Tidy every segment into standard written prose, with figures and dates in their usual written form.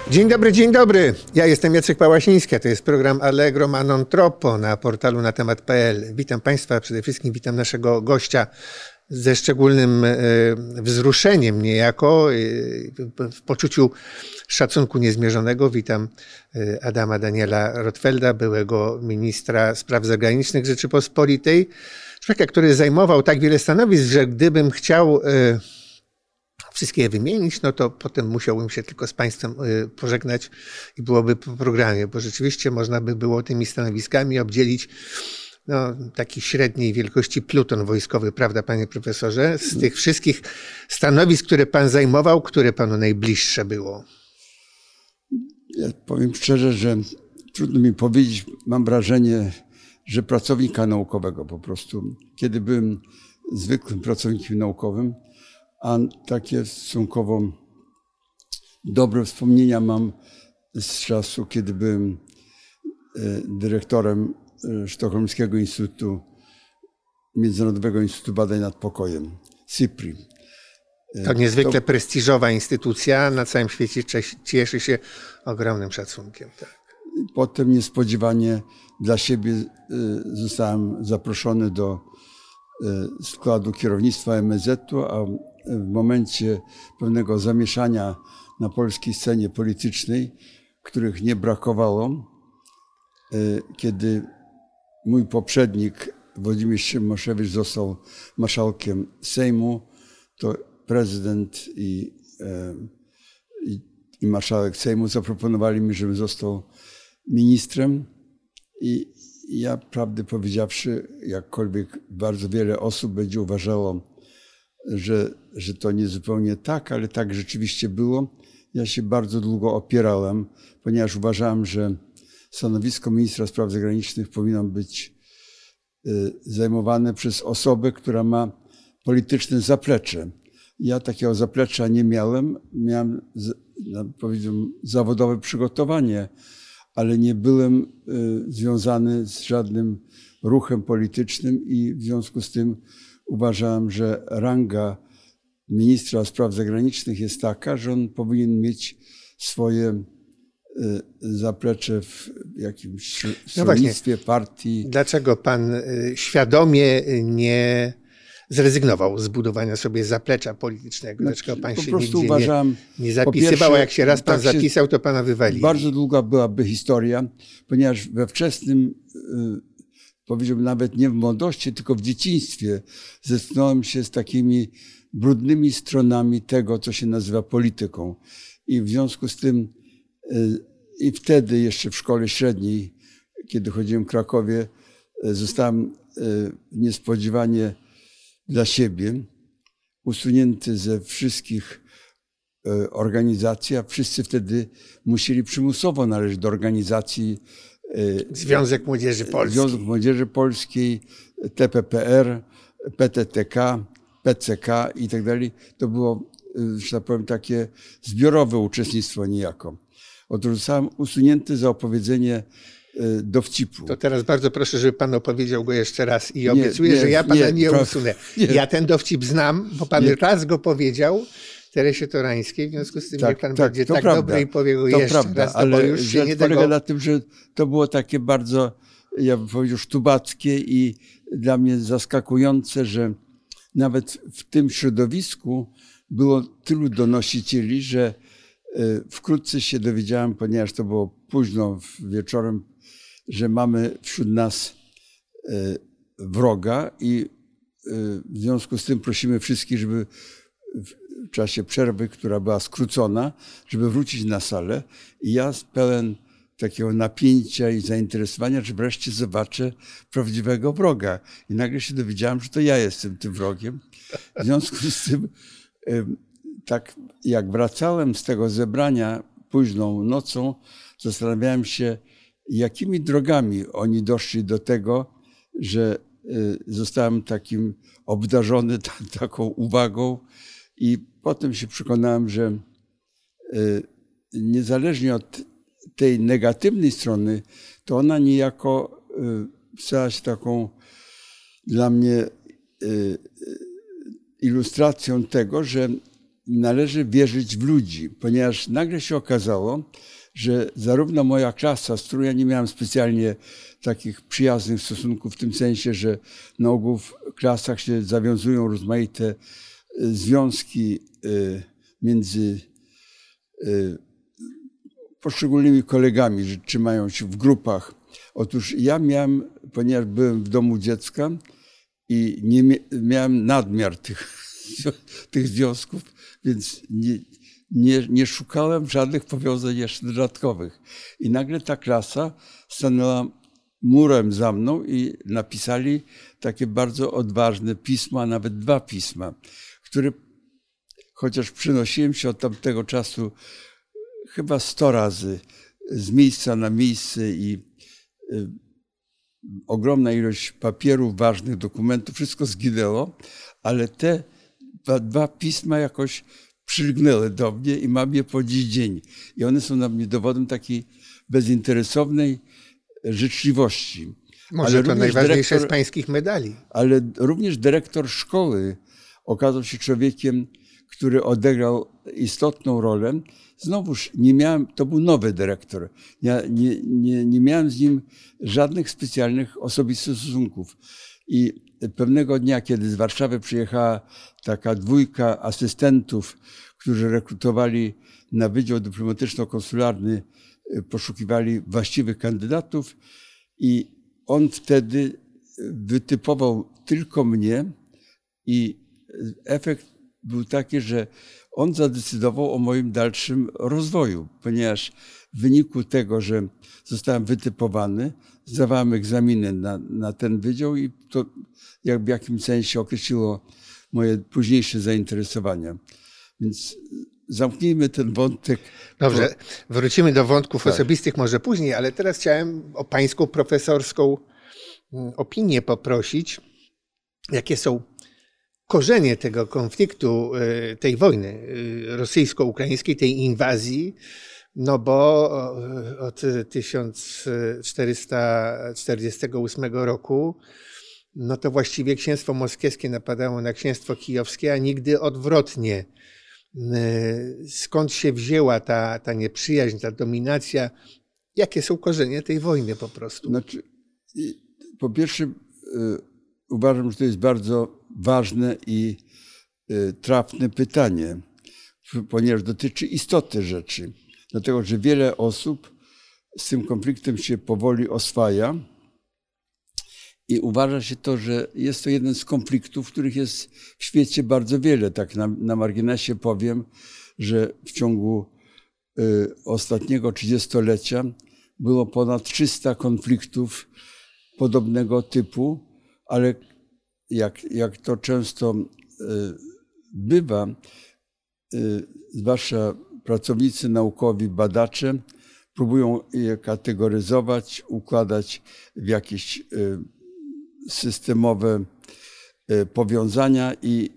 Dzień dobry, dzień dobry. Ja jestem Jacek Pałasiński, a to jest program Allegro ma non troppo na portalu natemat.pl. Witam Państwa, przede wszystkim witam naszego gościa ze szczególnym wzruszeniem niejako, w poczuciu szacunku niezmierzonego. Witam Adama Daniela Rotfelda, byłego ministra spraw zagranicznych Rzeczypospolitej. Człowieka, który zajmował tak wiele stanowisk, że gdybym chciał wszystkie je wymienić, no to potem musiałbym się tylko z Państwem pożegnać i byłoby po programie, bo rzeczywiście można by było tymi stanowiskami obdzielić taki średniej wielkości pluton wojskowy, prawda, panie profesorze? Z tych wszystkich stanowisk, które pan zajmował, które panu najbliższe było? Ja powiem szczerze, że trudno mi powiedzieć, mam wrażenie, że pracownika naukowego po prostu. Kiedy byłem zwykłym pracownikiem naukowym, a takie stosunkowo dobre wspomnienia mam z czasu, kiedy byłem dyrektorem Sztokholmskiego Instytutu, Międzynarodowego Instytutu Badań nad Pokojem, SIPRI. To niezwykle prestiżowa instytucja, na całym świecie cieszy się ogromnym szacunkiem. Tak. Potem niespodziewanie dla siebie zostałem zaproszony do składu kierownictwa MSZ-u, a w momencie pewnego zamieszania na polskiej scenie politycznej, których nie brakowało, kiedy mój poprzednik Włodzimierz Cimoszewicz został marszałkiem Sejmu, to prezydent i marszałek Sejmu zaproponowali mi, żebym został ministrem. I ja, prawdę powiedziawszy, jakkolwiek bardzo wiele osób będzie uważało, że to nie zupełnie tak, ale tak rzeczywiście było. Ja się bardzo długo opierałem, ponieważ uważałem, że stanowisko ministra spraw zagranicznych powinno być zajmowane przez osobę, która ma polityczne zaplecze. Ja takiego zaplecza nie miałem. Miałem, powiedziałbym, zawodowe przygotowanie, ale nie byłem związany z żadnym ruchem politycznym i w związku z tym uważałem, że ranga ministra spraw zagranicznych jest taka, że on powinien mieć swoje zaplecze w jakimś stronnictwie, partii. Dlaczego pan świadomie nie zrezygnował z budowania sobie zaplecza politycznego? Dlaczego pan się nigdzie nie zapisywał, a jak się raz pan zapisał, to pana wywalili? Bardzo długa byłaby historia, ponieważ we wczesnym, powiedziałbym nawet nie w młodości, tylko w dzieciństwie zetknąłem się z takimi brudnymi stronami tego, co się nazywa polityką. I w związku z tym i wtedy jeszcze w szkole średniej, kiedy chodziłem w Krakowie, zostałem niespodziewanie dla siebie usunięty ze wszystkich organizacji, a wszyscy wtedy musieli przymusowo należeć do organizacji Związek Młodzieży Polskiej. Związek Młodzieży Polskiej, TPPR, PTTK, PCK i tak dalej. To było, że tak powiem, takie zbiorowe uczestnictwo niejako. Otóż zostałem usunięty za opowiedzenie dowcipu. To teraz bardzo proszę, żeby pan opowiedział go jeszcze raz i obiecuję, że ja pana nie usunę. Ja ten dowcip znam, bo pan raz go powiedział Teresie Torańskiej, w związku z tym niech pan będzie tak dobry i powie go jeszcze raz, ale bo już się nie polega na tym, że to było takie bardzo, ja bym powiedział, sztubackie i dla mnie zaskakujące, że nawet w tym środowisku było tylu donosicieli, że wkrótce się dowiedziałem, ponieważ to było późno wieczorem, że mamy wśród nas wroga i w związku z tym prosimy wszystkich, żeby w czasie przerwy, która była skrócona, żeby wrócić na salę. I ja pełen takiego napięcia i zainteresowania, że wreszcie zobaczę prawdziwego wroga. I nagle się dowiedziałem, że to ja jestem tym wrogiem. W związku z tym, tak jak wracałem z tego zebrania późną nocą, zastanawiałem się, jakimi drogami oni doszli do tego, że zostałem takim obdarzony taką uwagą i potem się przekonałem, że niezależnie od tej negatywnej strony, to ona niejako stała się taką dla mnie ilustracją tego, że należy wierzyć w ludzi, ponieważ nagle się okazało, że zarówno moja klasa, z którą ja nie miałem specjalnie takich przyjaznych stosunków, w tym sensie, że na ogół w klasach się zawiązują rozmaite związki między poszczególnymi kolegami, że trzymają się w grupach. Otóż ja miałem, ponieważ byłem w domu dziecka i miałem nadmiar tych związków, więc nie szukałem żadnych powiązań jeszcze dodatkowych. I nagle ta klasa stanęła murem za mną i napisali takie bardzo odważne pisma, a nawet 2 pisma, które chociaż przynosiłem się od tamtego czasu chyba 100 razy z miejsca na miejsce i ogromna ilość papierów, ważnych dokumentów, wszystko zginęło, ale te 2 pisma jakoś przylgnęły do mnie i mam je po dziś dzień. I one są dla mnie dowodem takiej bezinteresownej życzliwości. Może to najważniejsze z pańskich medali. Ale również dyrektor szkoły okazał się człowiekiem, który odegrał istotną rolę. Znowuż nie miałem, to był nowy dyrektor. Ja nie miałem z nim żadnych specjalnych osobistych stosunków. I pewnego dnia, kiedy z Warszawy przyjechała taka 2 asystentów, którzy rekrutowali na Wydział Dyplomatyczno-Konsularny, poszukiwali właściwych kandydatów i on wtedy wytypował tylko mnie i efekt był taki, że on zadecydował o moim dalszym rozwoju, ponieważ w wyniku tego, że zostałem wytypowany, zdawałem egzaminy na ten wydział i to w jakimś sensie określiło moje późniejsze zainteresowania. Więc zamknijmy ten wątek. Dobrze, wrócimy do wątków osobistych może później, ale teraz chciałem o pańską profesorską opinię poprosić. Jakie są korzenie tego konfliktu, tej wojny rosyjsko-ukraińskiej, tej inwazji? No bo od 1448 roku no to właściwie księstwo moskiewskie napadało na księstwo kijowskie, a nigdy odwrotnie. Skąd się wzięła ta nieprzyjaźń, ta dominacja? Jakie są korzenie tej wojny po prostu? Znaczy, po pierwsze uważam, że to jest bardzo ważne i trafne pytanie, ponieważ dotyczy istoty rzeczy. Dlatego, że wiele osób z tym konfliktem się powoli oswaja i uważa się to, że jest to jeden z konfliktów, których jest w świecie bardzo wiele. Tak na marginesie powiem, że w ciągu ostatniego 30-lecia było ponad 300 konfliktów podobnego typu, ale jak to często bywa, zwłaszcza pracownicy naukowi, badacze próbują je kategoryzować, układać w jakieś systemowe powiązania i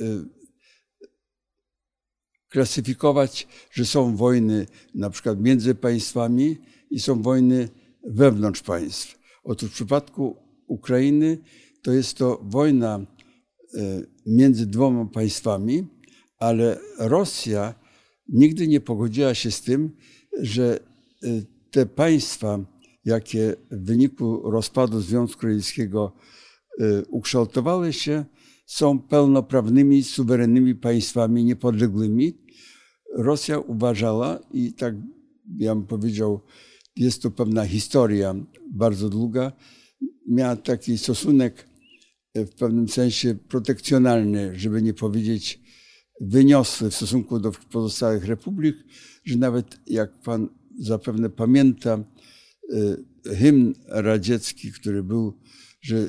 klasyfikować, że są wojny na przykład między państwami i są wojny wewnątrz państw. Otóż w przypadku Ukrainy to jest to wojna między 2 państwami, ale Rosja nigdy nie pogodziła się z tym, że te państwa, jakie w wyniku rozpadu Związku Radzieckiego ukształtowały się, są pełnoprawnymi, suwerennymi państwami niepodległymi. Rosja uważała, i tak ja bym powiedział, jest to pewna historia bardzo długa, miała taki stosunek w pewnym sensie protekcjonalny, żeby nie powiedzieć wyniosły w stosunku do pozostałych republik, że nawet jak pan zapewne pamięta, hymn radziecki, który był, że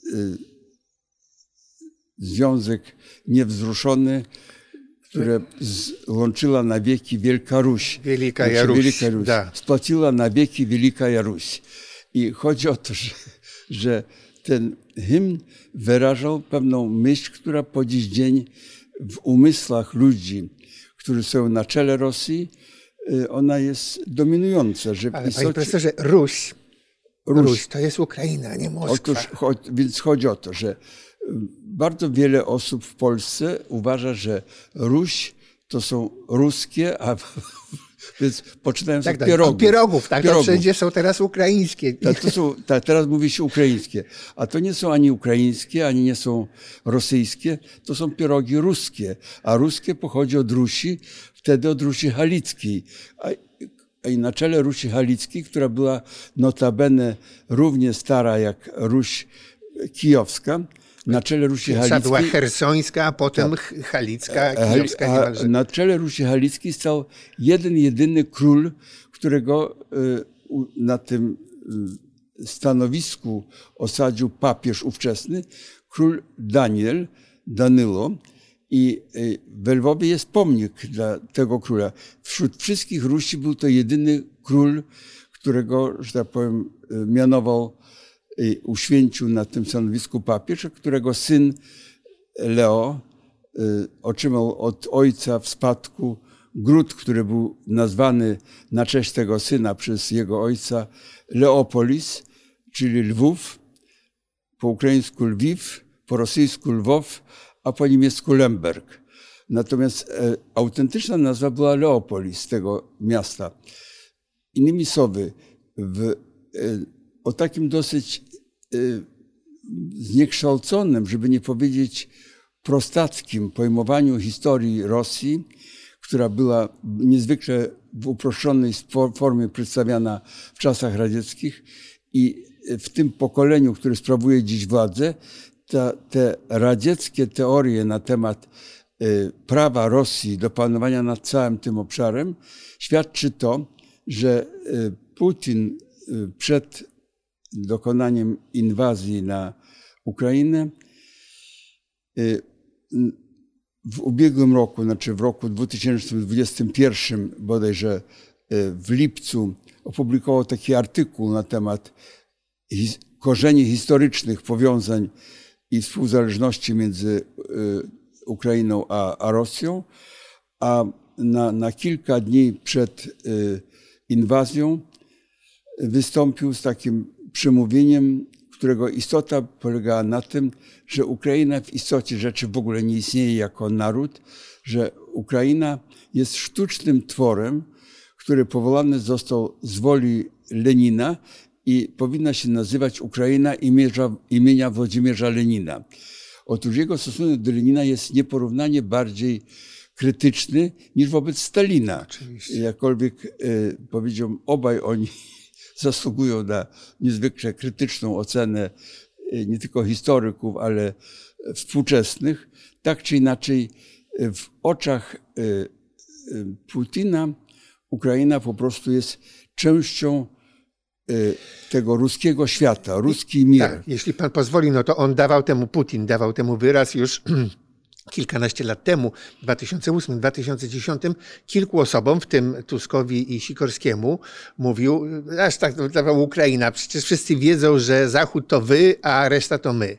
Związek Niewzruszony, które łączyła na wieki Wielka Ruś. Wielka Jaruś. Da. Spłaciła na wieki Wielka Jaruś. I chodzi o to, że ten hymn wyrażał pewną myśl, która po dziś dzień w umysłach ludzi, którzy są na czele Rosji, ona jest dominująca. Że ale panie profesorze, Ruś to jest Ukraina, nie Moskwa. Więc chodzi o to, że bardzo wiele osób w Polsce uważa, że Ruś to są ruskie, a więc poczynając Tak, od pierogów. Pierogów, tak, to wszędzie są teraz ukraińskie. Teraz mówi się ukraińskie, a to nie są ani ukraińskie, ani nie są rosyjskie, to są pierogi ruskie, a ruskie pochodzi od Rusi, wtedy od Rusi Halickiej. I na czele Rusi Halickiej, która była notabene równie stara jak Ruś Kijowska, na czele Rusi Halickiej... była chersońska, a potem halicka, kijowska niemalże. Na czele Rusi Halickiej stał jedyny król, którego na tym stanowisku osadził papież ówczesny, król Danylo. I w Lwowie jest pomnik dla tego króla. Wśród wszystkich Rusi był to jedyny król, którego, że tak powiem, mianował, uświęcił na tym stanowisku papież, którego syn Leo otrzymał od ojca w spadku gród, który był nazwany na cześć tego syna przez jego ojca Leopolis, czyli Lwów, po ukraińsku Lwiw, po rosyjsku Lwow, a po niemiecku Lemberg. Natomiast autentyczna nazwa była Leopolis tego miasta. Innymi słowy, o takim dosyć zniekształconym, żeby nie powiedzieć prostackim pojmowaniu historii Rosji, która była niezwykle w uproszczonej formie przedstawiana w czasach radzieckich i w tym pokoleniu, które sprawuje dziś władzę, te radzieckie teorie na temat prawa Rosji do panowania nad całym tym obszarem świadczy to, że Putin przed dokonaniem inwazji na Ukrainę w ubiegłym roku, znaczy w roku 2021, bodajże w lipcu, opublikował taki artykuł na temat korzeni historycznych powiązań i współzależności między Ukrainą a Rosją, a na kilka dni przed inwazją wystąpił z takim przemówieniem, którego istota polegała na tym, że Ukraina w istocie rzeczy w ogóle nie istnieje jako naród, że Ukraina jest sztucznym tworem, który powołany został z woli Lenina i powinna się nazywać Ukraina imienia Włodzimierza Lenina. Otóż jego stosunek do Lenina jest nieporównanie bardziej krytyczny niż wobec Stalina. Oczywiście. Jakkolwiek powiedział, obaj oni zasługują na niezwykle krytyczną ocenę nie tylko historyków, ale współczesnych. Tak czy inaczej w oczach Putina Ukraina po prostu jest częścią tego ruskiego świata, ruski mir. Tak, jeśli pan pozwoli, no to Putin dawał temu wyraz już kilkanaście lat temu, w 2008-2010, kilku osobom, w tym Tuskowi i Sikorskiemu, mówił, aż tak dawał Ukraina, przecież wszyscy wiedzą, że Zachód to wy, a reszta to my.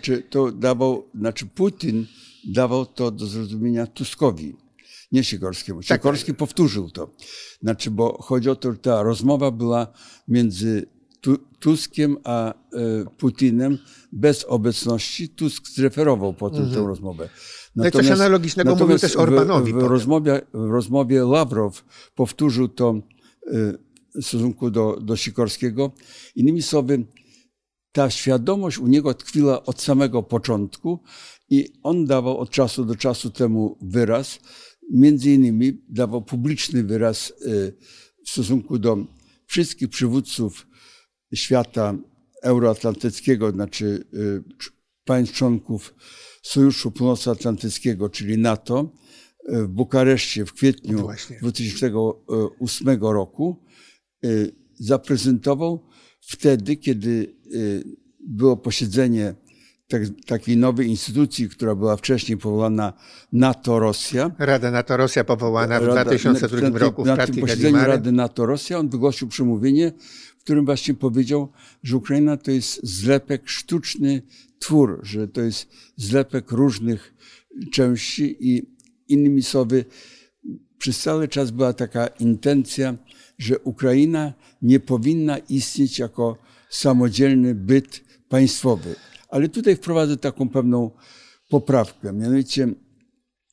Putin dawał to do zrozumienia Tuskowi, nie Sikorskiemu. Sikorski powtórzył to. Bo chodzi o to, że ta rozmowa była między Tuskiem a Putinem bez obecności. Tusk zreferował potem tę rozmowę. Coś analogicznego mówił też Orbanowi. W rozmowie Ławrow powtórzył to w stosunku do Sikorskiego. Innymi słowy, ta świadomość u niego tkwiła od samego początku i on dawał od czasu do czasu temu wyraz. Między innymi dawał publiczny wyraz w stosunku do wszystkich przywódców świata euroatlantyckiego, znaczy państw członków Sojuszu Północnoatlantyckiego, czyli NATO, w Bukareszcie w kwietniu 2008 roku zaprezentował wtedy, kiedy było posiedzenie takiej nowej instytucji, która była wcześniej powołana NATO-Rosja. Rada NATO-Rosja powołana w 2002 roku w Na tym posiedzeniu Rady NATO-Rosja on wygłosił przemówienie, w którym właśnie powiedział, że Ukraina to jest zlepek, sztuczny twór, że to jest zlepek różnych części i innymi słowy przez cały czas była taka intencja, że Ukraina nie powinna istnieć jako samodzielny byt państwowy. Ale tutaj wprowadzę taką pewną poprawkę. Mianowicie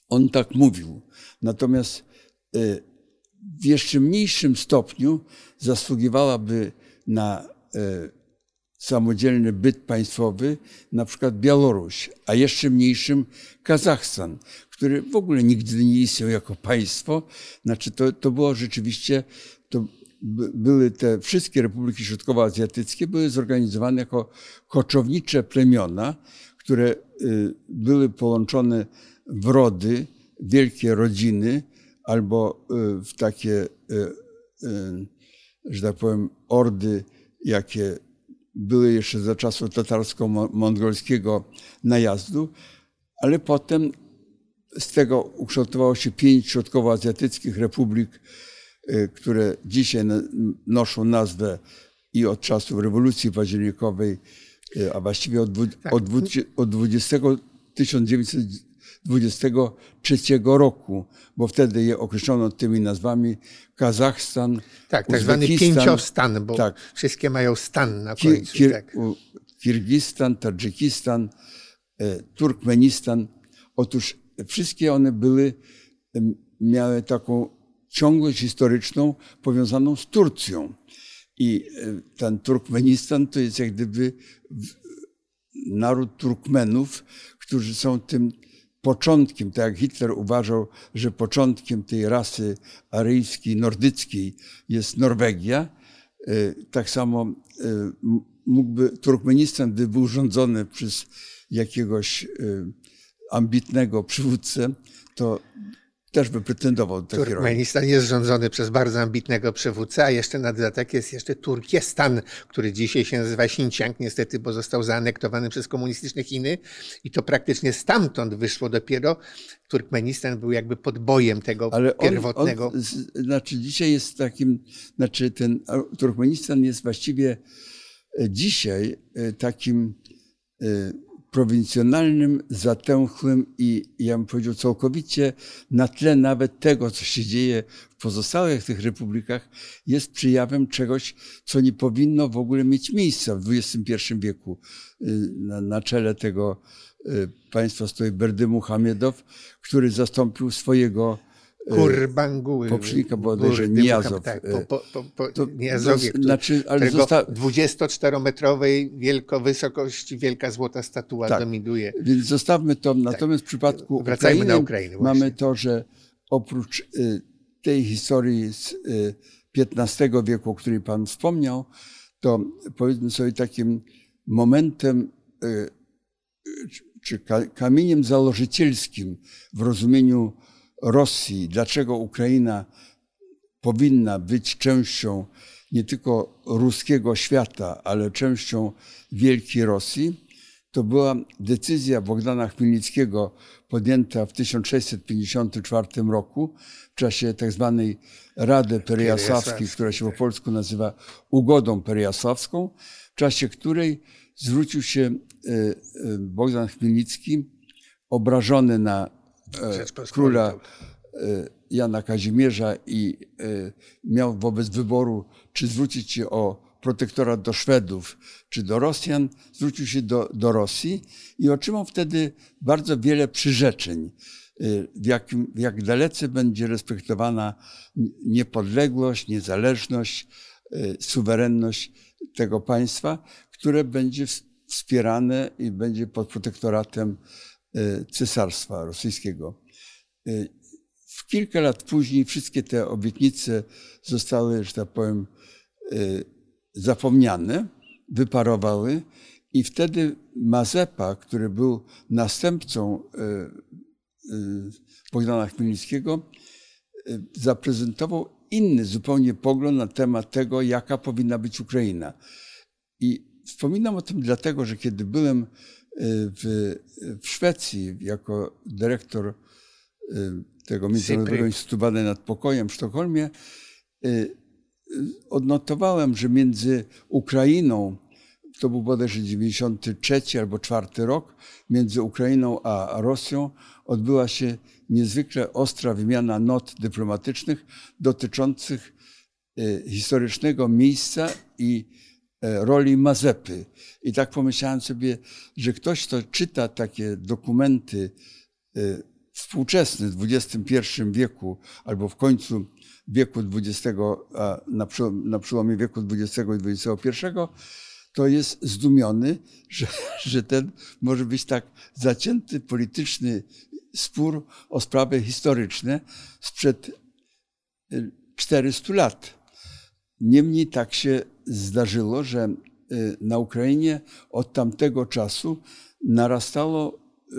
On tak mówił. Natomiast w jeszcze mniejszym stopniu zasługiwałaby na samodzielny byt państwowy na przykład Białoruś, a jeszcze mniejszym Kazachstan, który w ogóle nigdy nie istniał jako państwo. Znaczy to było rzeczywiście, były te wszystkie republiki środkowoazjatyckie były zorganizowane jako koczownicze plemiona, które były połączone w rody, wielkie rodziny, albo w takie, że tak powiem, ordy, jakie były jeszcze za czasów tatarsko-mongolskiego najazdu, ale potem z tego ukształtowało się 5 środkowoazjatyckich republik, które dzisiaj noszą nazwę i od czasów rewolucji październikowej, a właściwie od 1923 roku, bo wtedy je określono tymi nazwami: Kazachstan, tak zwany pięciostan, bo tak, wszystkie mają stan na końcu. Kirgistan, Tadżykistan, Turkmenistan. Otóż wszystkie one miały taką ciągłość historyczną powiązaną z Turcją. I ten Turkmenistan to jest jak gdyby naród Turkmenów, którzy są tym początkiem, tak jak Hitler uważał, że początkiem tej rasy aryjskiej, nordyckiej jest Norwegia, tak samo Turkmenistan, gdyby był rządzony przez jakiegoś ambitnego przywódcę, to też by pretendował do takiej roli. Turkmenistan jest rządzony przez bardzo ambitnego przywódcę, a jeszcze na dodatek jest jeszcze Turkestan, który dzisiaj się nazywa Xinjiang, niestety, bo został zaanektowany przez komunistyczne Chiny i to praktycznie stamtąd wyszło dopiero. Turkmenistan był jakby podbojem tego pierwotnego. Znaczy dzisiaj jest takim, ten Turkmenistan jest właściwie dzisiaj takim prowincjonalnym, zatęchłym i ja bym powiedział całkowicie na tle nawet tego, co się dzieje w pozostałych tych republikach, jest przejawem czegoś, co nie powinno w ogóle mieć miejsca w XXI wieku. Na czele tego państwa stoi Berdy Muhamedow, który zastąpił swojego poprzednika, bodajże Nijazow. Tak, Nijazowie, ale 24-metrowej wysokości wielka złota statua dominuje. Więc zostawmy to. Natomiast w przypadku Ukrainy mamy to, że oprócz tej historii z XV wieku, o której pan wspomniał, to powiedzmy sobie takim momentem czy kamieniem założycielskim w rozumieniu Rosji, dlaczego Ukraina powinna być częścią nie tylko ruskiego świata, ale częścią Wielkiej Rosji, to była decyzja Bogdana Chmielnickiego podjęta w 1654 roku w czasie tak zwanej Rady Perejaslawskiej, która się po polsku nazywa Ugodą Perejaslawską, w czasie której zwrócił się Bogdan Chmielnicki obrażony na króla Jana Kazimierza i miał wobec wyboru, czy zwrócić się o protektorat do Szwedów, czy do Rosjan, zwrócił się do Rosji i otrzymał wtedy bardzo wiele przyrzeczeń, jak dalece będzie respektowana niepodległość, niezależność, suwerenność tego państwa, które będzie wspierane i będzie pod protektoratem Cesarstwa Rosyjskiego. W kilka lat później wszystkie te obietnice zostały, że tak powiem, zapomniane, wyparowały i wtedy Mazepa, który był następcą Bogdana Chmielnickiego, zaprezentował inny zupełnie pogląd na temat tego, jaka powinna być Ukraina. I wspominam o tym dlatego, że kiedy byłem w Szwecji jako dyrektor tego Międzynarodowego Instytutu Badań nad Pokojem w Sztokholmie, odnotowałem, że między Ukrainą, to był bodajże 93 albo 4 rok, między Ukrainą a Rosją odbyła się niezwykle ostra wymiana not dyplomatycznych dotyczących historycznego miejsca i roli Mazepy. I tak pomyślałem sobie, że ktoś, kto czyta takie dokumenty współczesny w XXI wieku albo w końcu wieku XX, a na przełomie wieku XX i XXI, to jest zdumiony, że ten może być tak zacięty polityczny spór o sprawy historyczne sprzed 400 lat. Niemniej tak się zdarzyło, że na Ukrainie od tamtego czasu narastało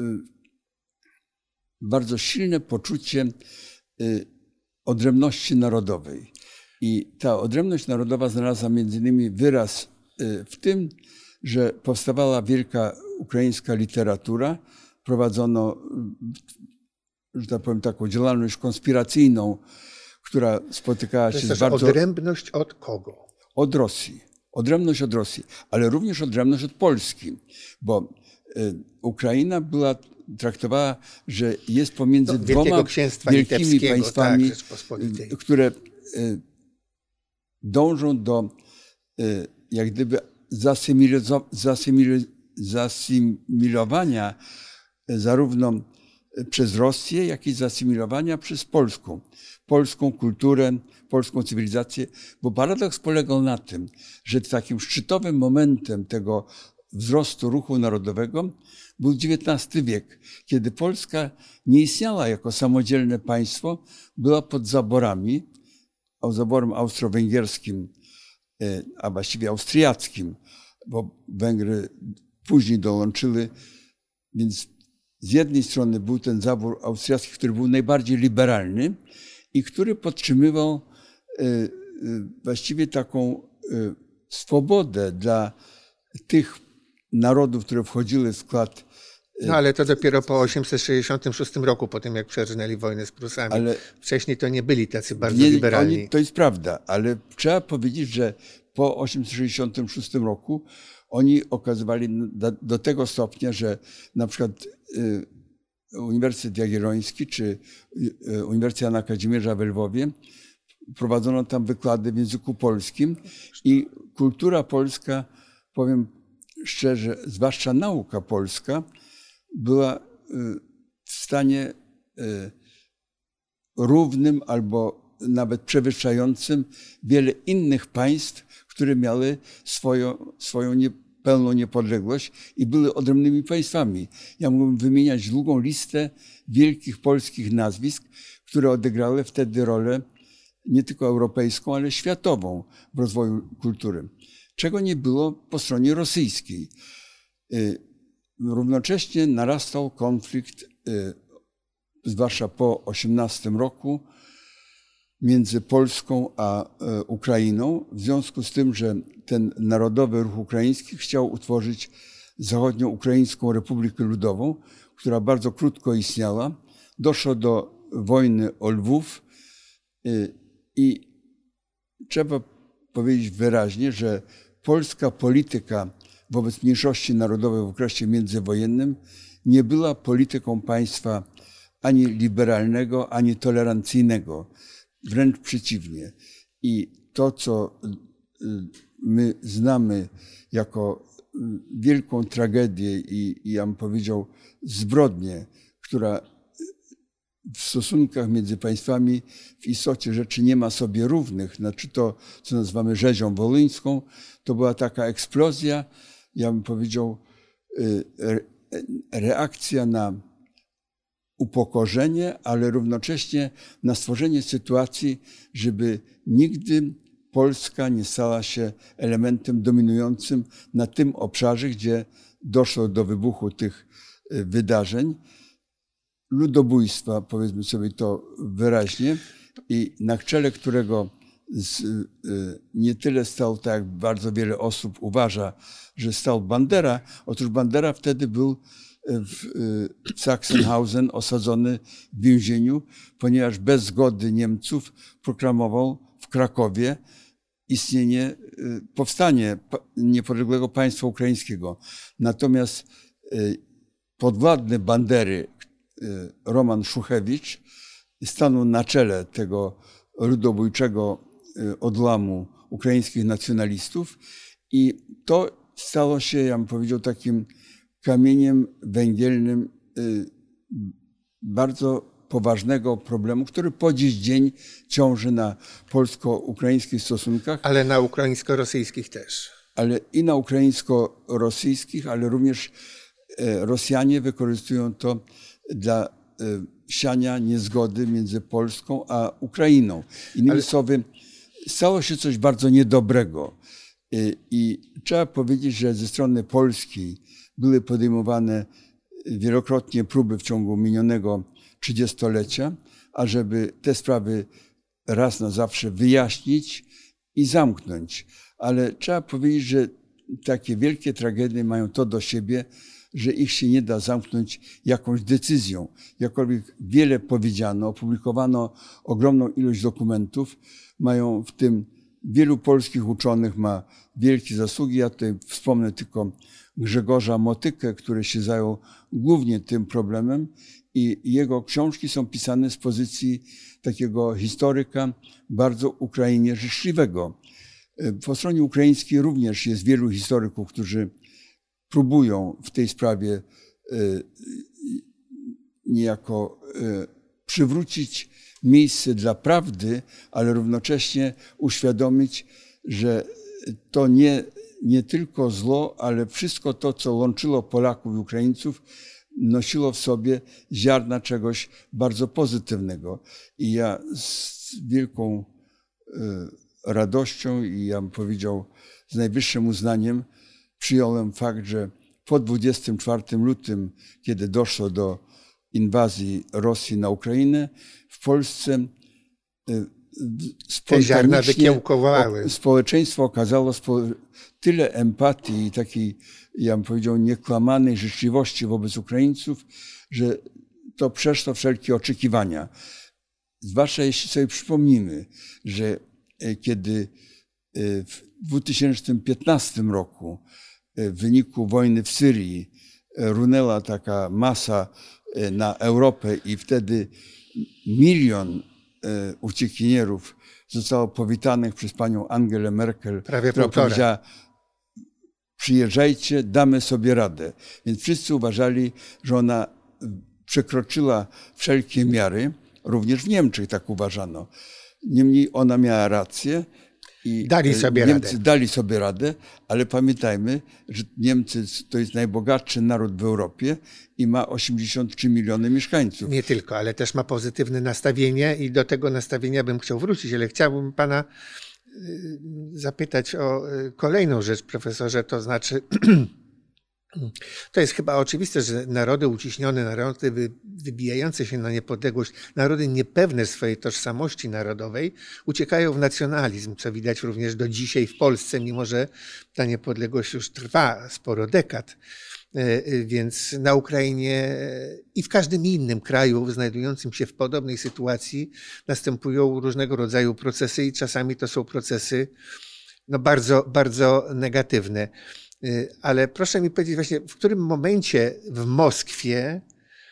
bardzo silne poczucie odrębności narodowej. I ta odrębność narodowa znalazła między innymi wyraz w tym, że powstawała wielka ukraińska literatura, prowadzono, że tak powiem, taką działalność konspiracyjną, która spotykała się z bardzo... Odrębność od kogo? Od Rosji. Odrębność od Rosji, ale również odrębność od Polski, bo Ukraina była traktowała, że jest pomiędzy dwoma wielkimi państwami, tak, które dążą do jak gdyby zasymilowania zarówno przez Rosję, jak i zasymilowania przez polską kulturę, polską cywilizację, bo paradoks polegał na tym, że takim szczytowym momentem tego wzrostu ruchu narodowego był XIX wiek, kiedy Polska nie istniała jako samodzielne państwo, była pod zaborami, zaborem austro-węgierskim, a właściwie austriackim, bo Węgry później dołączyły, więc z jednej strony był ten zabór austriacki, który był najbardziej liberalny i który podtrzymywał właściwie taką swobodę dla tych narodów, które wchodziły w skład. No ale to dopiero po 866 roku, po tym jak przerżnęli wojnę z Prusami. Ale wcześniej to nie byli tacy bardzo liberalni. To jest prawda, ale trzeba powiedzieć, że po 866 roku oni okazywali do tego stopnia, że na przykład Uniwersytet Jagielloński czy Uniwersytet Jana Kazimierza w Lwowie prowadzono tam wykłady w języku polskim i kultura polska, powiem szczerze, zwłaszcza nauka polska, była w stanie równym albo nawet przewyższającym wiele innych państw, które miały swoją pełną niepodległość i były odrębnymi państwami. Ja mógłbym wymieniać długą listę wielkich polskich nazwisk, które odegrały wtedy rolę nie tylko europejską, ale światową w rozwoju kultury. Czego nie było po stronie rosyjskiej. Równocześnie narastał konflikt, zwłaszcza po 18 roku, między Polską a Ukrainą, w związku z tym, że ten Narodowy Ruch Ukraiński chciał utworzyć Zachodnioukraińską Republikę Ludową, która bardzo krótko istniała. Doszło do wojny o Lwów i trzeba powiedzieć wyraźnie, że polska polityka wobec mniejszości narodowej w okresie międzywojennym nie była polityką państwa ani liberalnego, ani tolerancyjnego. Wręcz przeciwnie. I to, co my znamy jako wielką tragedię i ja bym powiedział zbrodnię, która w stosunkach między państwami w istocie rzeczy nie ma sobie równych, znaczy to, co nazywamy rzezią wolyńską, to była taka eksplozja, ja bym powiedział, reakcja na upokorzenie, ale równocześnie na stworzenie sytuacji, żeby nigdy Polska nie stała się elementem dominującym na tym obszarze, gdzie doszło do wybuchu tych wydarzeń, ludobójstwa, powiedzmy sobie to wyraźnie, i na czele którego nie tyle stał, tak jak bardzo wiele osób uważa, że stał Bandera. Otóż Bandera wtedy był w Sachsenhausen osadzony w więzieniu, ponieważ bez zgody Niemców proklamował w Krakowie powstanie niepodległego państwa ukraińskiego. Natomiast podwładny Bandery, Roman Szuchewicz, stanął na czele tego ludobójczego odłamu ukraińskich nacjonalistów i to stało się, ja bym powiedział, takim kamieniem węgielnym bardzo poważnego problemu, który po dziś dzień ciąży na polsko-ukraińskich stosunkach. Ale na ukraińsko-rosyjskich też. Ale i na ukraińsko-rosyjskich, ale również Rosjanie wykorzystują to dla siania niezgody między Polską a Ukrainą. Innymi słowy, stało się coś bardzo niedobrego. I trzeba powiedzieć, że ze strony polskiej były podejmowane wielokrotnie próby w ciągu minionego 30-lecia, ażeby te sprawy raz na zawsze wyjaśnić i zamknąć. Ale trzeba powiedzieć, że takie wielkie tragedie mają to do siebie, że ich się nie da zamknąć jakąś decyzją. Jakkolwiek wiele powiedziano, opublikowano ogromną ilość dokumentów, mają w tym wielu polskich uczonych ma wielkie zasługi. Ja tutaj wspomnę tylko Grzegorza Motykę, który się zajął głównie tym problemem i jego książki są pisane z pozycji takiego historyka bardzo Ukrainie życzliwego. Po stronie ukraińskiej również jest wielu historyków, którzy próbują w tej sprawie niejako przywrócić miejsce dla prawdy, ale równocześnie uświadomić, że to nie tylko zło, ale wszystko to, co łączyło Polaków i Ukraińców, nosiło w sobie ziarna czegoś bardzo pozytywnego. I ja z wielką radością i ja bym powiedział z najwyższym uznaniem przyjąłem fakt, że po 24 lutym, kiedy doszło do inwazji Rosji na Ukrainę, w Polsce te ziarna wykiełkowały. Społeczeństwo okazało tyle empatii i takiej, ja bym powiedział, niekłamanej życzliwości wobec Ukraińców, że to przeszło wszelkie oczekiwania. Zwłaszcza jeśli sobie przypomnimy, że kiedy w 2015 roku w wyniku wojny w Syrii runęła taka masa na Europę i wtedy 1 milion uciekinierów zostało powitanych przez panią Angelę Merkel, która powiedziała: przyjeżdżajcie, damy sobie radę. Więc wszyscy uważali, że ona przekroczyła wszelkie miary, również w Niemczech tak uważano. Niemniej ona miała rację. I Niemcy dali sobie radę, ale pamiętajmy, że Niemcy to jest najbogatszy naród w Europie i ma 83 miliony mieszkańców. Nie tylko, ale też ma pozytywne nastawienie i do tego nastawienia bym chciał wrócić, ale chciałbym pana zapytać o kolejną rzecz, profesorze, to znaczy to jest chyba oczywiste, że narody uciśnione, narody wybijające się na niepodległość, narody niepewne swojej tożsamości narodowej uciekają w nacjonalizm, co widać również do dzisiaj w Polsce, mimo że ta niepodległość już trwa sporo dekad. Więc na Ukrainie i w każdym innym kraju znajdującym się w podobnej sytuacji następują różnego rodzaju procesy i czasami to są procesy no bardzo, bardzo negatywne. Ale proszę mi powiedzieć właśnie, w którym momencie w Moskwie,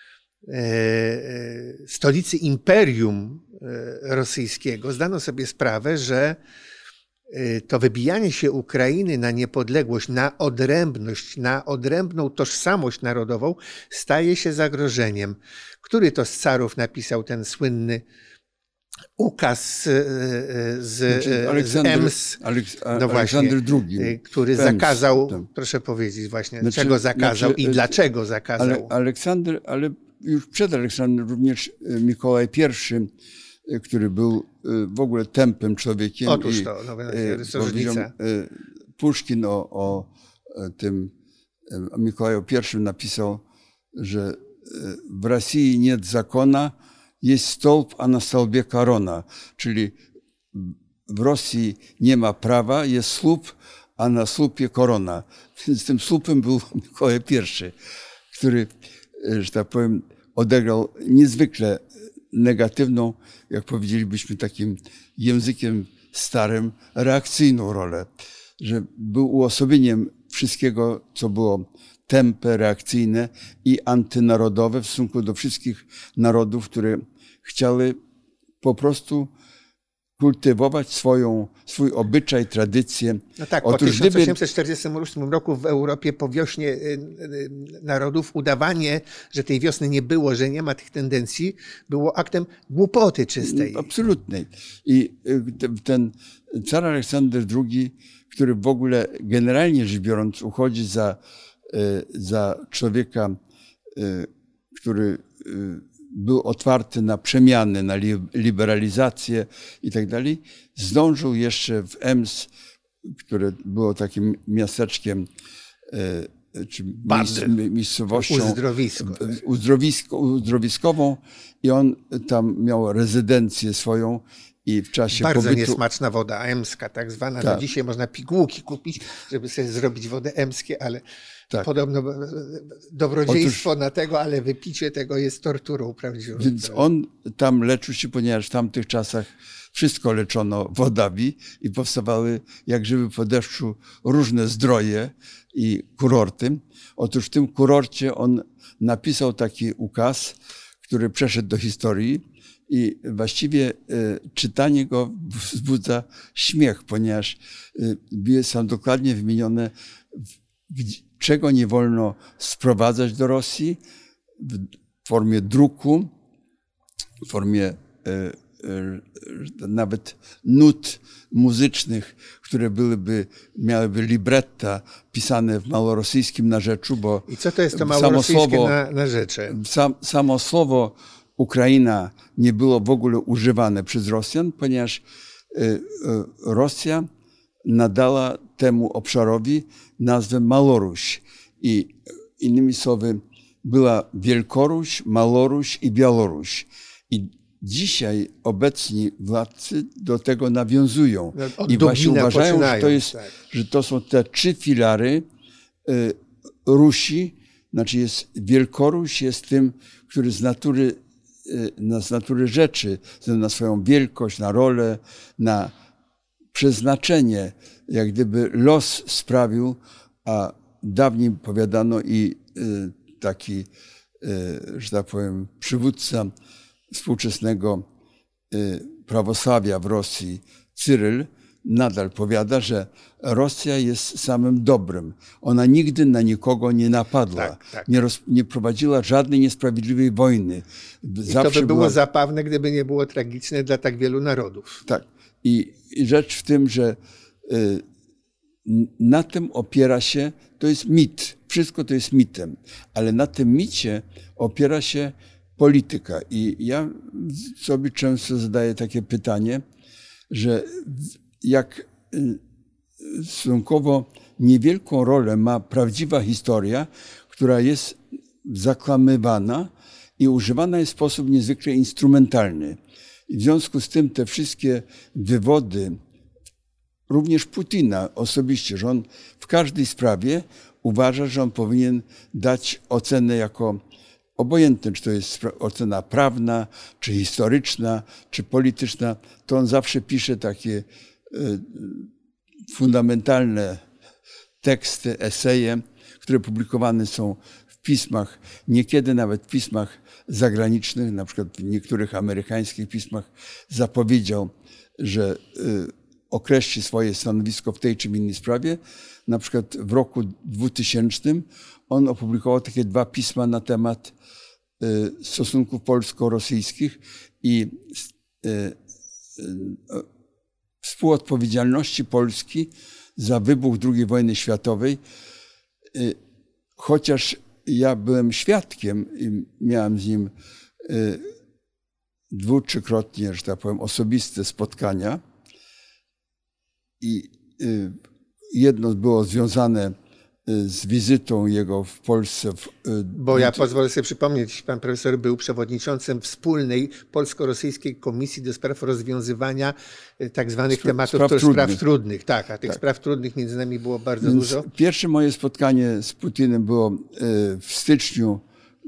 stolicy Imperium Rosyjskiego, zdano sobie sprawę, że to wybijanie się Ukrainy na niepodległość, na odrębność, na odrębną tożsamość narodową staje się zagrożeniem. Który to z carów napisał ten słynny ukaz z Ems, Aleksander II, który zakazał, proszę powiedzieć właśnie, czego zakazał i dlaczego zakazał. Ale już przed Aleksandrem również Mikołaj I, który był w ogóle tępym człowiekiem. Otóż to, różnica. Puszkin o tym Mikołaju I napisał, że w Rosji nie zakona, jest stolp, a na stolbie korona. Czyli w Rosji nie ma prawa, jest słup, a na słupie korona. Więc tym słupem był Mikołaj I, który, że tak powiem, odegrał niezwykle negatywną, jak powiedzielibyśmy takim językiem starym, reakcyjną rolę. Że był uosobieniem wszystkiego, co było tępe, reakcyjne i antynarodowe w stosunku do wszystkich narodów, które chciały po prostu kultywować swój obyczaj, tradycję. No tak, Otóż po 1848 roku w Europie po wiośnie narodów udawanie, że tej wiosny nie było, że nie ma tych tendencji, było aktem głupoty czystej. Absolutnej. I ten car Aleksander II, który w ogóle generalnie rzecz biorąc uchodzi za człowieka, który był otwarty na przemiany, na liberalizację i tak dalej, zdążył jeszcze w Ems, które było takim miasteczkiem, czy miejscowością uzdrowiskową i on tam miał rezydencję swoją i w czasie bardzo pobytu... niesmaczna woda emska, tak zwana. Tak. No dzisiaj można pigułki kupić, żeby sobie zrobić wodę emskie, ale Tak. podobno dobrodziejstwo na tego, ale wypicie tego jest torturą prawdziwą. Więc on tam leczył się, ponieważ w tamtych czasach wszystko leczono wodami i powstawały jak żywy po deszczu różne zdroje i kurorty. Otóż w tym kurorcie on napisał taki ukaz, który przeszedł do historii i właściwie czytanie go wzbudza śmiech, ponieważ jest tam dokładnie wymienione, czego nie wolno sprowadzać do Rosji w formie druku, w formie nawet nut muzycznych, które miałyby libretta pisane w malorosyjskim narzeczu, bo... I co to jest to malorosyjskie narzecze? Samo słowo Ukraina nie było w ogóle używane przez Rosjan, ponieważ Rosja nadała temu obszarowi nazwę Maloruś. I innymi słowy była Wielkoruś, Maloruś i Białoruś. I dzisiaj obecni władcy do tego nawiązują. I właśnie uważają, że to są te trzy filary Rusi. Znaczy jest Wielkoruś, jest tym, który z natury rzeczy, na swoją wielkość, na rolę, na przeznaczenie, jak gdyby los sprawił, a dawniej powiadano i taki, że tak powiem, przywódca współczesnego prawosławia w Rosji, Cyryl, nadal powiada, że Rosja jest samym dobrym. Ona nigdy na nikogo nie napadła. Tak. Nie prowadziła żadnej niesprawiedliwej wojny. Zawsze to by było zabawne, gdyby nie było tragiczne dla tak wielu narodów. Tak. I rzecz w tym, że na tym opiera się, to jest mit. Wszystko to jest mitem. Ale na tym micie opiera się polityka. I ja sobie często zadaję takie pytanie, że jak stosunkowo niewielką rolę ma prawdziwa historia, która jest zaklamywana i używana jest w sposób niezwykle instrumentalny. I w związku z tym te wszystkie wywody, również Putina osobiście, że on w każdej sprawie uważa, że on powinien dać ocenę jako obojętne, czy to jest ocena prawna, czy historyczna, czy polityczna, to on zawsze pisze takie fundamentalne teksty, eseje, które publikowane są w pismach, niekiedy nawet w pismach zagranicznych, na przykład w niektórych amerykańskich pismach zapowiedział, że określi swoje stanowisko w tej czy innej sprawie. Na przykład w roku 2000 on opublikował takie 2 pisma na temat stosunków polsko-rosyjskich i współodpowiedzialności Polski za wybuch II wojny światowej. Chociaż ja byłem świadkiem i miałem z nim 2-3-krotnie, że tak powiem, osobiste spotkania. I jedno było związane z wizytą jego w Polsce. Bo ja pozwolę sobie przypomnieć, pan profesor był przewodniczącym wspólnej polsko-rosyjskiej komisji do spraw rozwiązywania tak zwanych tematów spraw trudnych. Tak, a tych spraw trudnych między nami było bardzo dużo. Pierwsze moje spotkanie z Putinem było w styczniu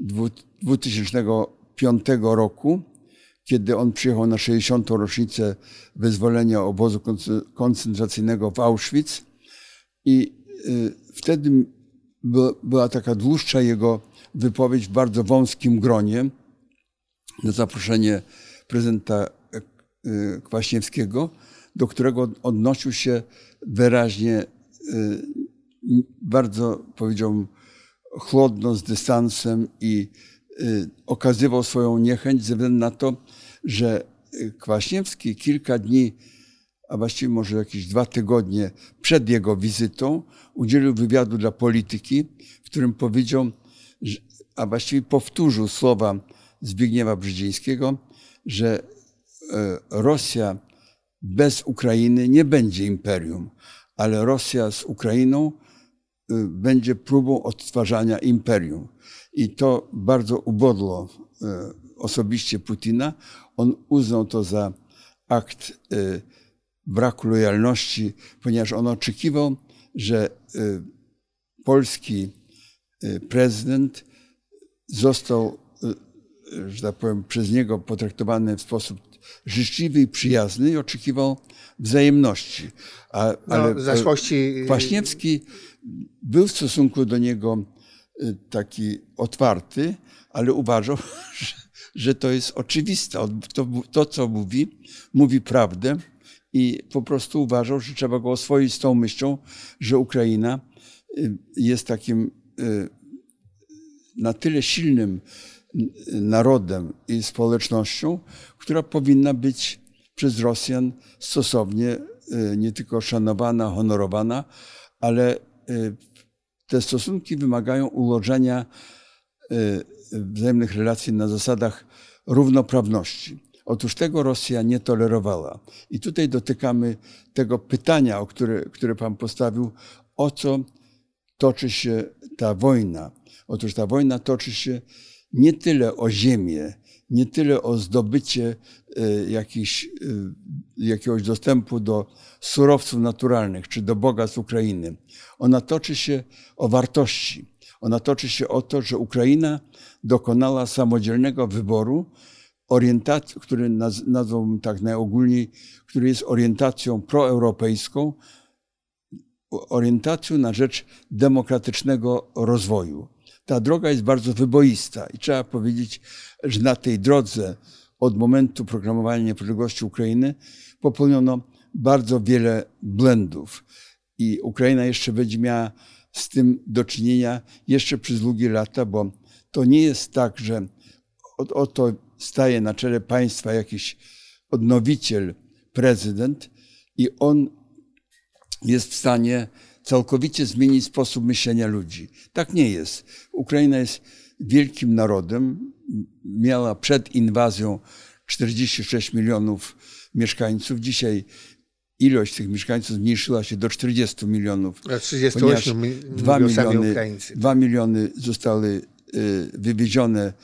2005 roku, kiedy on przyjechał na 60. rocznicę wyzwolenia obozu koncentracyjnego w Auschwitz i wtedy była taka dłuższa jego wypowiedź w bardzo wąskim gronie na zaproszenie prezydenta Kwaśniewskiego, do którego odnosił się wyraźnie, bardzo, powiedziałbym, chłodno, z dystansem i okazywał swoją niechęć ze względu na to, że Kwaśniewski kilka dni, a właściwie może jakieś 2 tygodnie przed jego wizytą udzielił wywiadu dla Polityki, w którym powiedział, a właściwie powtórzył słowa Zbigniewa Brzezińskiego, że Rosja bez Ukrainy nie będzie imperium, ale Rosja z Ukrainą będzie próbą odtwarzania imperium. I to bardzo ubodło osobiście Putina. On uznał to za akt braku lojalności, ponieważ on oczekiwał, że polski prezydent został, że tak powiem, przez niego potraktowany w sposób życzliwy i przyjazny i oczekiwał wzajemności. Ale w zaszłości Kwaśniewski był w stosunku do niego taki otwarty, ale uważał, że to jest oczywiste. To, co mówi prawdę i po prostu uważał, że trzeba go oswoić z tą myślą, że Ukraina jest takim na tyle silnym narodem i społecznością, która powinna być przez Rosjan stosownie nie tylko szanowana, honorowana, ale te stosunki wymagają ułożenia wzajemnych relacji na zasadach równoprawności. Otóż tego Rosja nie tolerowała. I tutaj dotykamy tego pytania, które pan postawił, o co toczy się ta wojna. Otóż ta wojna toczy się nie tyle o ziemię, nie tyle o zdobycie jakiegoś dostępu do surowców naturalnych czy do bogactw Ukrainy. Ona toczy się o wartości. Ona toczy się o to, że Ukraina dokonała samodzielnego wyboru, który nazwałbym tak najogólniej, który jest orientacją proeuropejską, orientacją na rzecz demokratycznego rozwoju. Ta droga jest bardzo wyboista i trzeba powiedzieć, że na tej drodze od momentu proklamowania niepodległości Ukrainy popełniono bardzo wiele błędów i Ukraina jeszcze będzie miała z tym do czynienia jeszcze przez długie lata, bo to nie jest tak, że oto staje na czele państwa jakiś odnowiciel, prezydent i on jest w stanie całkowicie zmienić sposób myślenia ludzi. Tak nie jest. Ukraina jest wielkim narodem. Miała przed inwazją 46 milionów mieszkańców. Dzisiaj ilość tych mieszkańców zmniejszyła się do 40 milionów. 38 2 miliony zostały wywiezione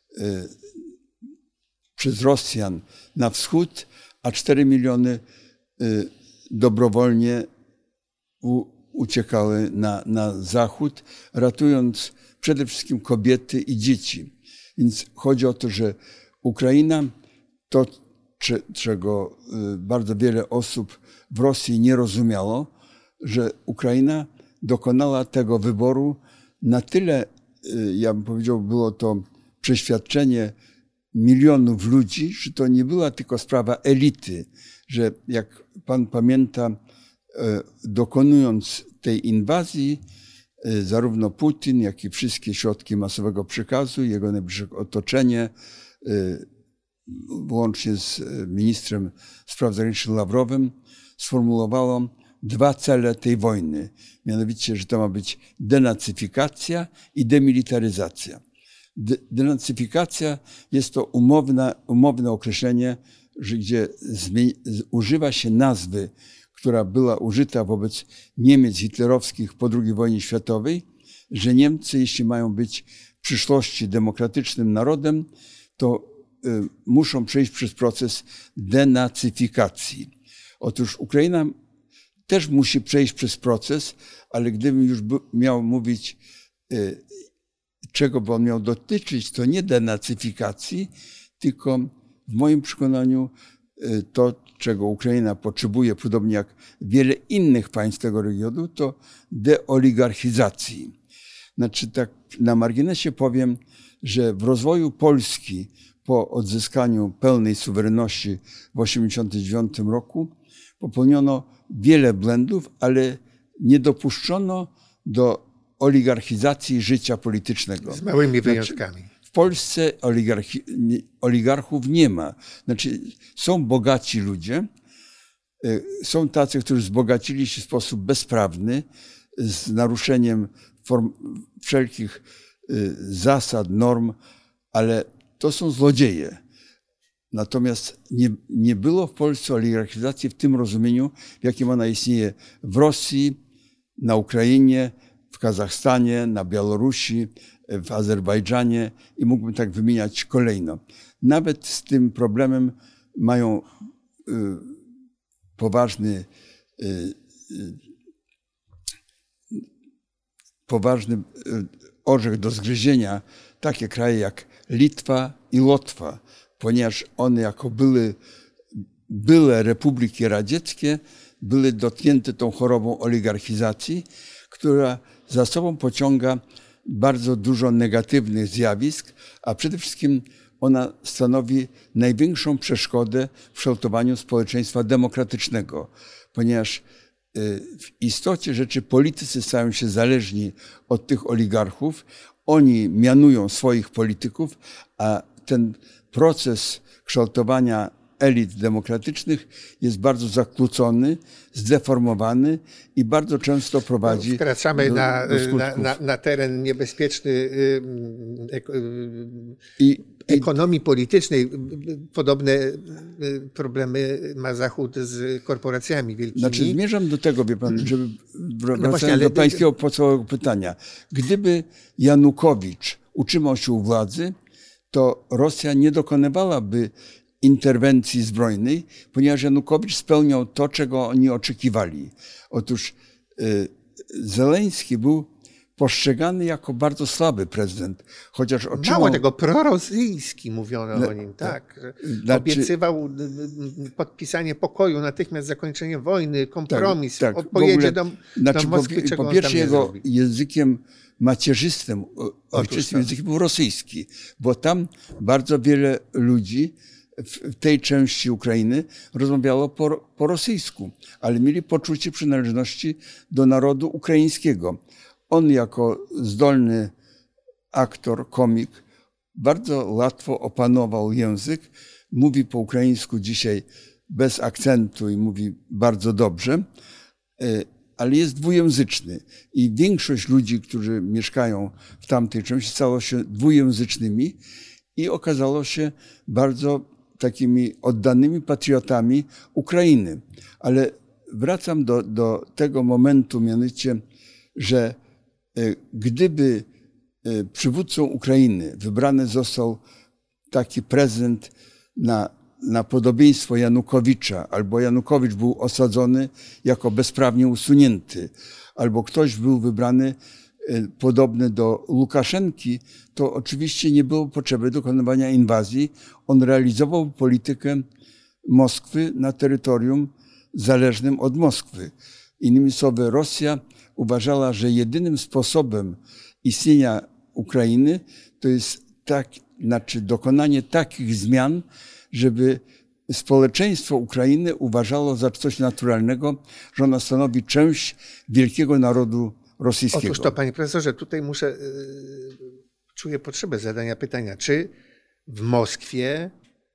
przez Rosjan na wschód, a 4 miliony dobrowolnie uciekały na zachód, ratując przede wszystkim kobiety i dzieci. Więc chodzi o to, że Ukraina, to czego bardzo wiele osób w Rosji nie rozumiało, że Ukraina dokonała tego wyboru na tyle, ja bym powiedział, było to przeświadczenie milionów ludzi, że to nie była tylko sprawa elity, że jak pan pamięta, dokonując tej inwazji, zarówno Putin, jak i wszystkie środki masowego przekazu, jego najbliższe otoczenie, włącznie z ministrem spraw zagranicznych Ławrowym, sformułowało 2 cele tej wojny. Mianowicie, że to ma być denacyfikacja i demilitaryzacja. Denacyfikacja jest to umowne określenie, gdzie używa się nazwy, która była użyta wobec Niemiec hitlerowskich po II wojnie światowej, że Niemcy, jeśli mają być w przyszłości demokratycznym narodem, to muszą przejść przez proces denacyfikacji. Otóż Ukraina też musi przejść przez proces, ale gdybym już miał mówić, czego by on miał dotyczyć, to nie denacyfikacji, tylko w moim przekonaniu to, czego Ukraina potrzebuje, podobnie jak wiele innych państw tego regionu, to deoligarchizacji. Znaczy tak na marginesie powiem, że w rozwoju Polski po odzyskaniu pełnej suwerenności w 1989 roku popełniono wiele błędów, ale nie dopuszczono do oligarchizacji życia politycznego. Z małymi wyjątkami. W Polsce oligarchów nie ma. Znaczy, są bogaci ludzie, są tacy, którzy wzbogacili się w sposób bezprawny, z naruszeniem wszelkich zasad, norm, ale to są złodzieje. Natomiast nie było w Polsce oligarchizacji w tym rozumieniu, w jakim ona istnieje w Rosji, na Ukrainie, w Kazachstanie, na Białorusi, w Azerbejdżanie i mógłbym tak wymieniać kolejno. Nawet z tym problemem mają poważny orzech do zgryzienia takie kraje jak Litwa i Łotwa, ponieważ one jako byle republiki radzieckie były dotknięte tą chorobą oligarchizacji, która za sobą pociąga bardzo dużo negatywnych zjawisk, a przede wszystkim ona stanowi największą przeszkodę w kształtowaniu społeczeństwa demokratycznego, ponieważ w istocie rzeczy politycy stają się zależni od tych oligarchów, oni mianują swoich polityków, a ten proces kształtowania elit demokratycznych jest bardzo zakłócony, zdeformowany i bardzo często prowadzi wkraczamy do skutków. na teren niebezpieczny ekonomii politycznej. Podobne problemy ma Zachód z korporacjami wielkimi. Znaczy zmierzam do tego, wie pan, żeby wracając do pańskiego podstawowego pytania. Gdyby Janukowicz utrzymał się u władzy, to Rosja nie dokonywałaby interwencji zbrojnej, ponieważ Janukowicz spełniał to, czego oni oczekiwali. Otóż Zeleński był postrzegany jako bardzo słaby prezydent, chociaż otrzymał... Mało tego, prorosyjski mówiono o nim, tak. Obiecywał podpisanie pokoju, natychmiast zakończenie wojny, kompromis, pojedzie do Moskwy, czego po pierwsze jego zrobi. językiem macierzystym, ojczystym językiem był rosyjski, bo tam bardzo wiele ludzi w tej części Ukrainy rozmawiało po rosyjsku, ale mieli poczucie przynależności do narodu ukraińskiego. On jako zdolny aktor, komik bardzo łatwo opanował język, mówi po ukraińsku dzisiaj bez akcentu i mówi bardzo dobrze, ale jest dwujęzyczny i większość ludzi, którzy mieszkają w tamtej części, stało się dwujęzycznymi i okazało się bardzo takimi oddanymi patriotami Ukrainy. Ale wracam do tego momentu, mianowicie, że gdyby przywódcą Ukrainy wybrany został taki prezydent na podobieństwo Janukowicza, albo Janukowicz był osadzony jako bezprawnie usunięty, albo ktoś był wybrany podobny do Łukaszenki, to oczywiście nie było potrzeby dokonywania inwazji. On realizował politykę Moskwy na terytorium zależnym od Moskwy. Innymi słowy, Rosja uważała, że jedynym sposobem istnienia Ukrainy to jest dokonanie takich zmian, żeby społeczeństwo Ukrainy uważało za coś naturalnego, że ona stanowi część wielkiego narodu rosyjskiego. Otóż to, panie profesorze, tutaj czuję potrzebę zadania pytania, czy w Moskwie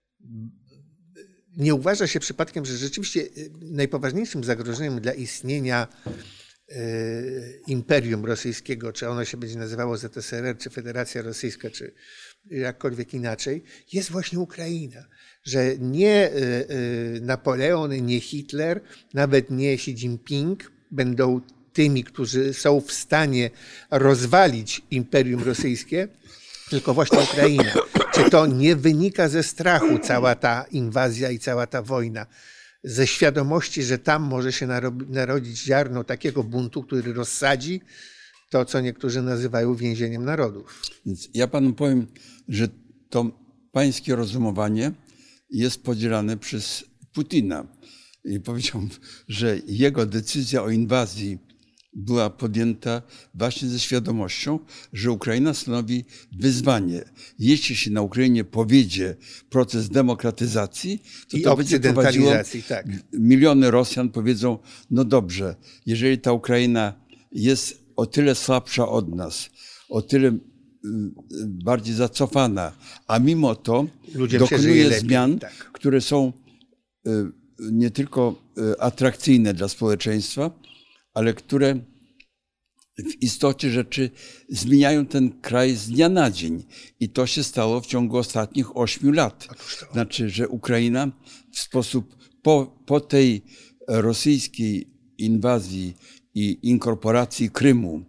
nie uważa się przypadkiem, że rzeczywiście najpoważniejszym zagrożeniem dla istnienia Imperium Rosyjskiego, czy ono się będzie nazywało ZSRR, czy Federacja Rosyjska, czy jakkolwiek inaczej, jest właśnie Ukraina. Że nie Napoleon, nie Hitler, nawet nie Xi Jinping będą tymi, którzy są w stanie rozwalić Imperium Rosyjskie, tylko właśnie Ukraina. Czy to nie wynika ze strachu cała ta inwazja i cała ta wojna? Ze świadomości, że tam może się narodzić ziarno takiego buntu, który rozsadzi to, co niektórzy nazywają więzieniem narodów. Więc ja panu powiem, że to pańskie rozumowanie jest podzielane przez Putina. I powiedział, że jego decyzja o inwazji była podjęta właśnie ze świadomością, że Ukraina stanowi wyzwanie. Jeśli się na Ukrainie powiedzie proces demokratyzacji, to będzie prowadziło, tak. miliony Rosjan powiedzą, no dobrze, jeżeli ta Ukraina jest o tyle słabsza od nas, o tyle bardziej zacofana, a mimo to dokonuje zmian, tak, które są nie tylko atrakcyjne dla społeczeństwa, ale które w istocie rzeczy zmieniają ten kraj z dnia na dzień. I to się stało w ciągu ostatnich 8 lat. Znaczy, że Ukraina w sposób po tej rosyjskiej inwazji i inkorporacji Krymu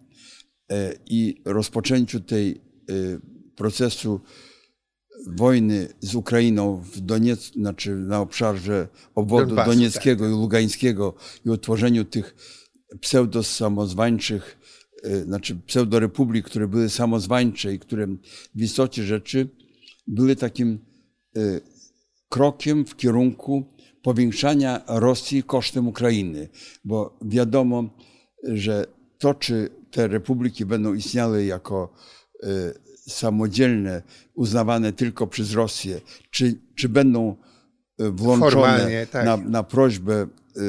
i rozpoczęciu tej procesu wojny z Ukrainą w znaczy na obszarze obwodu donieckiego, tak, i lugańskiego i utworzeniu tych pseudo-samozwańczych, znaczy pseudorepublik, które były samozwańcze i które w istocie rzeczy były takim krokiem w kierunku powiększania Rosji kosztem Ukrainy. Bo wiadomo, że to, czy te republiki będą istniały jako samodzielne, uznawane tylko przez Rosję, czy będą włączone tak, na prośbę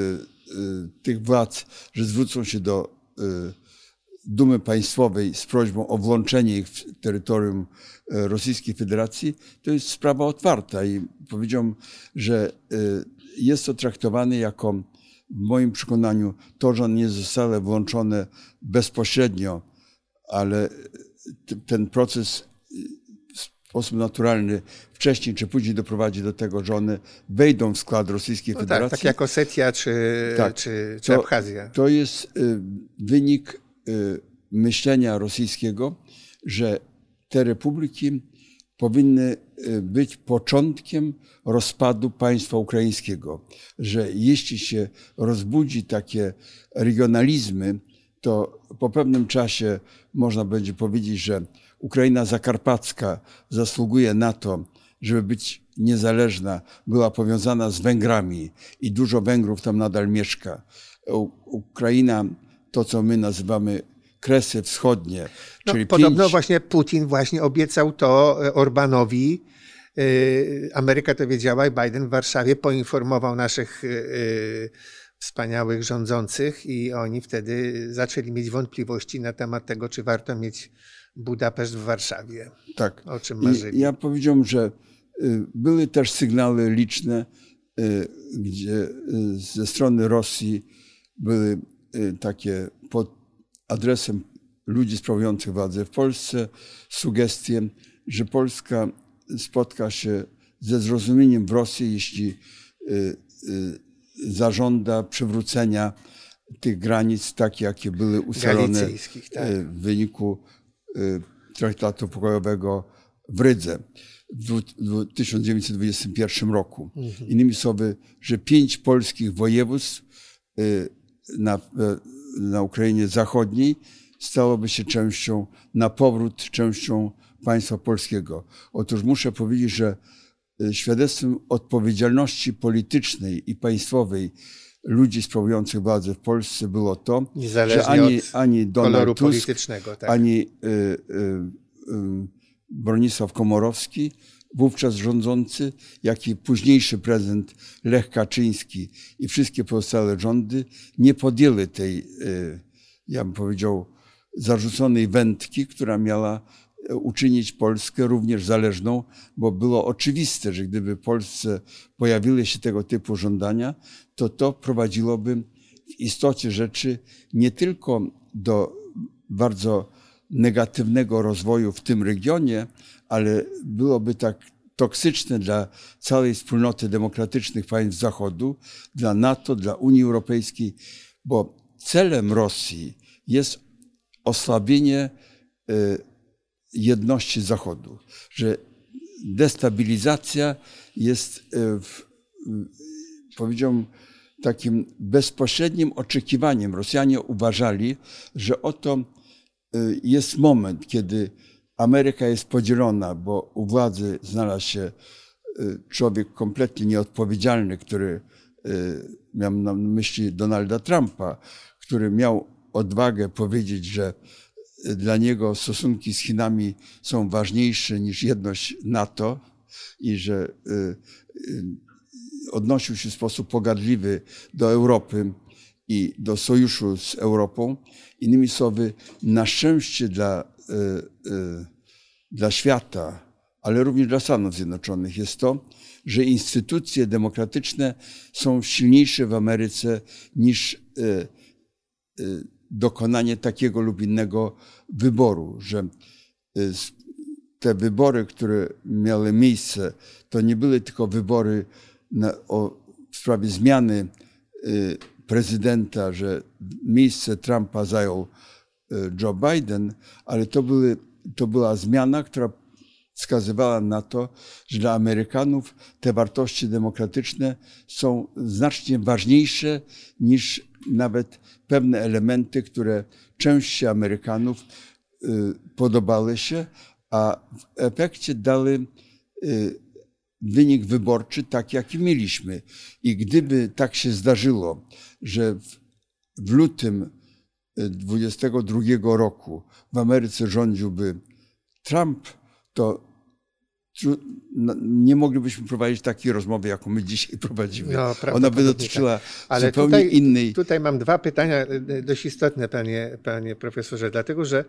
tych władz, że zwrócą się do Dumy Państwowej z prośbą o włączenie ich w terytorium Rosyjskiej Federacji, to jest sprawa otwarta i powiedziałbym, że jest to traktowane jako, w moim przekonaniu, to, że nie zostały włączone bezpośrednio, ale ten proces w sposób naturalny wcześniej czy później doprowadzi do tego, że one wejdą w skład Rosyjskiej Federacji. Tak jak Osetia czy Abchazja. To jest wynik myślenia rosyjskiego, że te republiki powinny być początkiem rozpadu państwa ukraińskiego. Że jeśli się rozbudzi takie regionalizmy, to po pewnym czasie można będzie powiedzieć, że Ukraina Zakarpacka zasługuje na to, żeby być niezależna, była powiązana z Węgrami i dużo Węgrów tam nadal mieszka. Ukraina, to co my nazywamy Kresy Wschodnie. Czyli podobno właśnie Putin właśnie obiecał to Orbánowi. Ameryka to wiedziała i Biden w Warszawie poinformował naszych wspaniałych rządzących i oni wtedy zaczęli mieć wątpliwości na temat tego, czy warto mieć Budapeszt w Warszawie. Tak. O czym marzyli. Ja powiedziałem, że były też sygnały liczne, gdzie ze strony Rosji były takie pod adresem ludzi sprawujących władzę w Polsce sugestie, że Polska spotka się ze zrozumieniem w Rosji, jeśli zażąda przywrócenia tych granic, takie jakie były ustalone w wyniku traktatu pokojowego w Rydze w 1921 roku. Innymi słowy, że 5 polskich województw na Ukrainie Zachodniej stałoby się na powrót częścią państwa polskiego. Otóż muszę powiedzieć, że świadectwem odpowiedzialności politycznej i państwowej ludzi sprawujących władzę w Polsce było to, że ani Donald Tusk, tak, ani Bronisław Komorowski, wówczas rządzący, jak i późniejszy prezydent Lech Kaczyński i wszystkie pozostałe rządy nie podjęły tej, ja bym powiedział, zarzuconej wędki, która miała uczynić Polskę również zależną, bo było oczywiste, że gdyby w Polsce pojawiły się tego typu żądania, to prowadziłoby w istocie rzeczy nie tylko do bardzo negatywnego rozwoju w tym regionie, ale byłoby tak toksyczne dla całej wspólnoty demokratycznych państw Zachodu, dla NATO, dla Unii Europejskiej, bo celem Rosji jest osłabienie jedności Zachodu, że destabilizacja jest, powiedziałbym, takim bezpośrednim oczekiwaniem. Rosjanie uważali, że oto jest moment, kiedy Ameryka jest podzielona, bo u władzy znalazł się człowiek kompletnie nieodpowiedzialny, który, miałem na myśli Donalda Trumpa, który miał odwagę powiedzieć, że dla niego stosunki z Chinami są ważniejsze niż jedność NATO i że odnosił się w sposób pogardliwy do Europy i do sojuszu z Europą. Innymi słowy, na szczęście dla świata, ale również dla Stanów Zjednoczonych jest to, że instytucje demokratyczne są silniejsze w Ameryce niż dokonanie takiego lub innego wyboru, że te wybory, które miały miejsce, to nie były tylko wybory w sprawie zmiany prezydenta, że miejsce Trumpa zajął Joe Biden, ale to była zmiana, która wskazywała na to, że dla Amerykanów te wartości demokratyczne są znacznie ważniejsze niż nawet pewne elementy, które części Amerykanów podobały się, a w efekcie dały wynik wyborczy taki, jaki mieliśmy. I gdyby tak się zdarzyło, że w lutym 2022 roku w Ameryce rządziłby Trump, to nie moglibyśmy prowadzić takiej rozmowy, jaką my dzisiaj prowadzimy. No, ona by dotyczyła ale zupełnie innej. Tutaj mam dwa pytania dość istotne, panie profesorze, dlatego że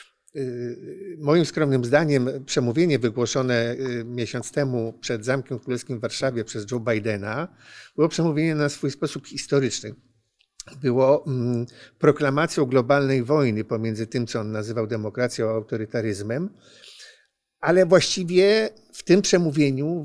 moim skromnym zdaniem przemówienie wygłoszone miesiąc temu przed Zamkiem Królewskim w Warszawie przez Joe Bidena było przemówienie na swój sposób historyczny. Było proklamacją globalnej wojny pomiędzy tym, co on nazywał demokracją, a autorytaryzmem, ale właściwie w tym przemówieniu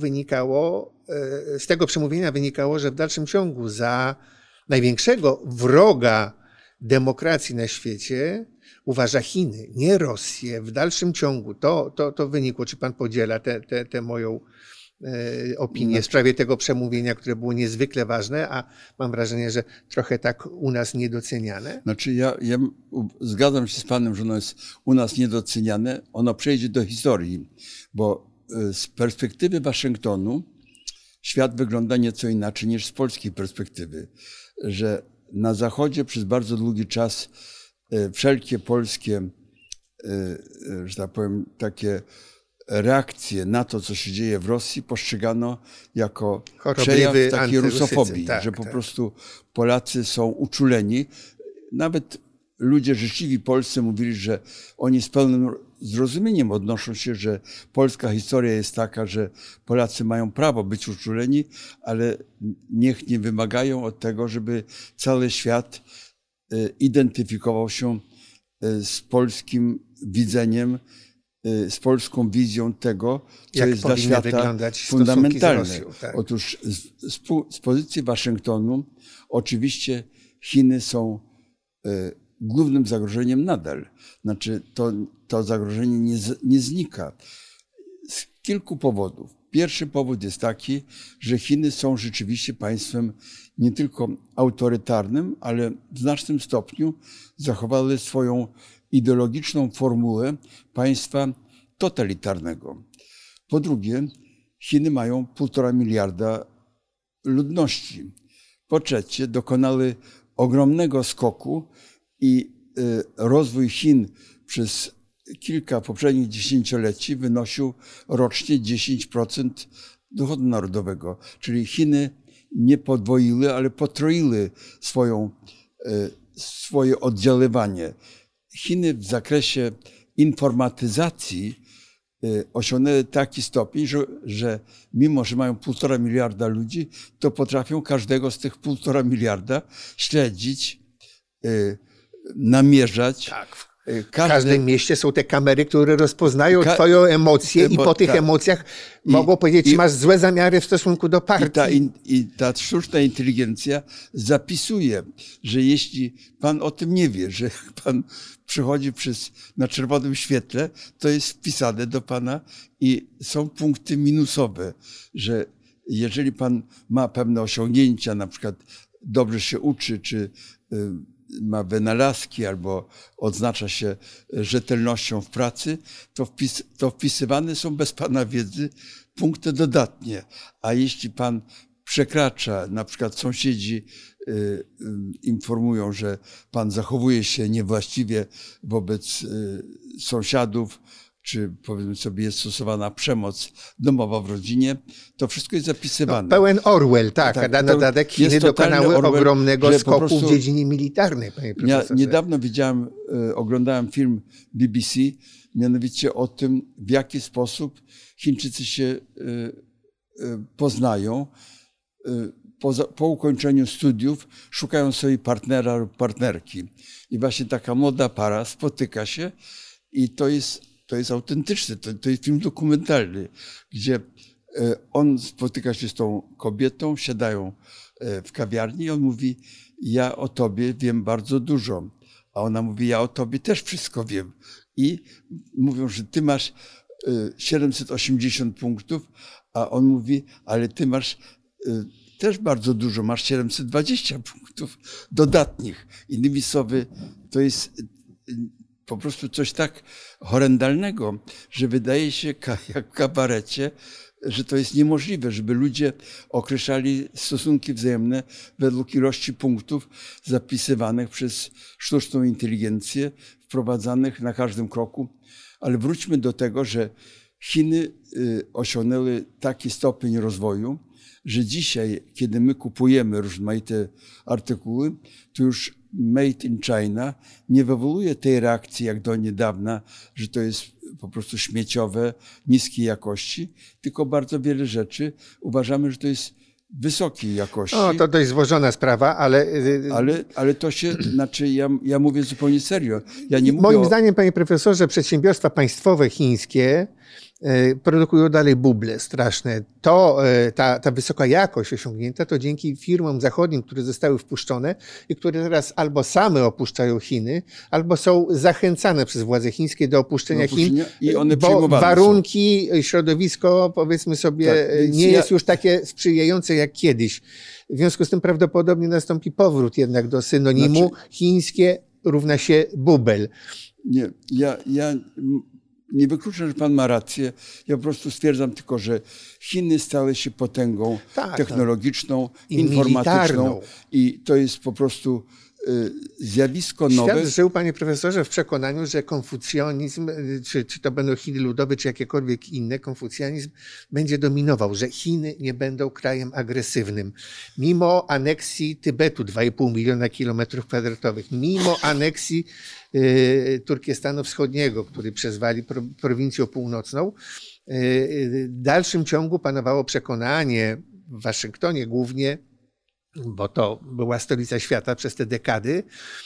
z tego przemówienia wynikało, że w dalszym ciągu za największego wroga demokracji na świecie uważa Chiny, nie Rosję. W dalszym ciągu to wynikło. Czy pan podziela tę moją opinię w sprawie tego przemówienia, które było niezwykle ważne, a mam wrażenie, że trochę tak u nas niedoceniane? Znaczy ja zgadzam się z panem, że ono jest u nas niedoceniane. Ono przejdzie do historii, bo z perspektywy Waszyngtonu świat wygląda nieco inaczej niż z polskiej perspektywy. Że na Zachodzie przez bardzo długi czas wszelkie polskie, że tak powiem, takie reakcje na to, co się dzieje w Rosji, postrzegano jako przejaw takiej rusofobii, że po prostu Polacy są uczuleni. Nawet ludzie życzliwi polscy mówili, że oni z pełnym zrozumieniem odnoszą się, że polska historia jest taka, że Polacy mają prawo być uczuleni, ale niech nie wymagają od tego, żeby cały świat identyfikował się z polskim widzeniem, z polską wizją tego, co jest dla świata fundamentalne. Tak. Otóż z pozycji Waszyngtonu oczywiście Chiny są głównym zagrożeniem nadal. Znaczy to zagrożenie nie znika z kilku powodów. Pierwszy powód jest taki, że Chiny są rzeczywiście państwem nie tylko autorytarnym, ale w znacznym stopniu zachowały swoją ideologiczną formułę państwa totalitarnego. Po drugie, Chiny mają 1,5 miliarda ludności. Po trzecie, dokonały ogromnego skoku i rozwój Chin przez kilka poprzednich dziesięcioleci wynosił rocznie 10% dochodu narodowego. Czyli Chiny nie podwoiły, ale potroiły swoje oddziaływanie. Chiny w zakresie informatyzacji osiągnęły taki stopień, że mimo, że mają 1,5 miliarda ludzi, to potrafią każdego z tych 1,5 miliarda śledzić, namierzać. Tak. W każdym mieście są te kamery, które rozpoznają twoje emocje i po tych emocjach mogą powiedzieć, czy masz złe zamiary w stosunku do partii. I ta sztuczna inteligencja zapisuje, że jeśli pan o tym nie wie, że pan przychodzi na czerwonym świetle, to jest wpisane do pana i są punkty minusowe, że jeżeli pan ma pewne osiągnięcia, na przykład dobrze się uczy, czy ma wynalazki albo odznacza się rzetelnością w pracy, to wpisywane są bez pana wiedzy punkty dodatnie. A jeśli pan przekracza, na przykład sąsiedzi informują, że pan zachowuje się niewłaściwie wobec sąsiadów, czy powiedzmy sobie jest stosowana przemoc domowa w rodzinie, to wszystko jest zapisywane. No, pełen Orwell, tak. A na dodatek Chiny dokonały ogromnego skoku w dziedzinie militarnej, panie profesorze. Ja niedawno oglądałem film BBC, mianowicie o tym, w jaki sposób Chińczycy się poznają. Po ukończeniu studiów szukają sobie partnera lub partnerki. I właśnie taka młoda para spotyka się i to jest autentyczne, to jest film dokumentalny, gdzie on spotyka się z tą kobietą, siadają w kawiarni i on mówi, ja o tobie wiem bardzo dużo. A ona mówi, ja o tobie też wszystko wiem. I mówią, że ty masz 780 punktów, a on mówi, ale ty masz też bardzo dużo, masz 720 punktów dodatnich. Innymi słowy, to jest po prostu coś tak horrendalnego, że wydaje się, jak w kabarecie, że to jest niemożliwe, żeby ludzie określali stosunki wzajemne według ilości punktów zapisywanych przez sztuczną inteligencję, wprowadzanych na każdym kroku. Ale wróćmy do tego, że Chiny osiągnęły taki stopień rozwoju, że dzisiaj, kiedy my kupujemy rozmaite artykuły, to już made in China nie wywołuje tej reakcji jak do niedawna, że to jest po prostu śmieciowe, niskiej jakości, tylko bardzo wiele rzeczy uważamy, że to jest wysokiej jakości. No, to dość złożona sprawa, ale to się, znaczy ja mówię zupełnie serio. Ja nie mówię moim zdaniem, panie profesorze, przedsiębiorstwa państwowe chińskie produkują dalej buble straszne. Ta wysoka jakość osiągnięta to dzięki firmom zachodnim, które zostały wpuszczone i które teraz albo same opuszczają Chiny, albo są zachęcane przez władze chińskie do opuszczenia Chin, i one bo warunki, środowisko, powiedzmy sobie, nie jest już takie sprzyjające jak kiedyś. W związku z tym prawdopodobnie nastąpi powrót jednak do synonimu chińskie równa się bubel. Nie, ja nie wykluczam, że pan ma rację. Ja po prostu stwierdzam tylko, że Chiny stały się potęgą technologiczną, informatyczną militarną. I to jest po prostu zjawisko nowe. Świat żył, panie profesorze, w przekonaniu, że konfucjonizm, czy to będą Chiny ludowe, czy jakiekolwiek inne, konfucjanizm będzie dominował, że Chiny nie będą krajem agresywnym. Mimo aneksji Tybetu 2,5 miliona kilometrów kwadratowych, mimo aneksji Turkestanu Wschodniego, który przezwali prowincją północną, w dalszym ciągu panowało przekonanie w Waszyngtonie głównie, bo to była stolica świata przez te dekady,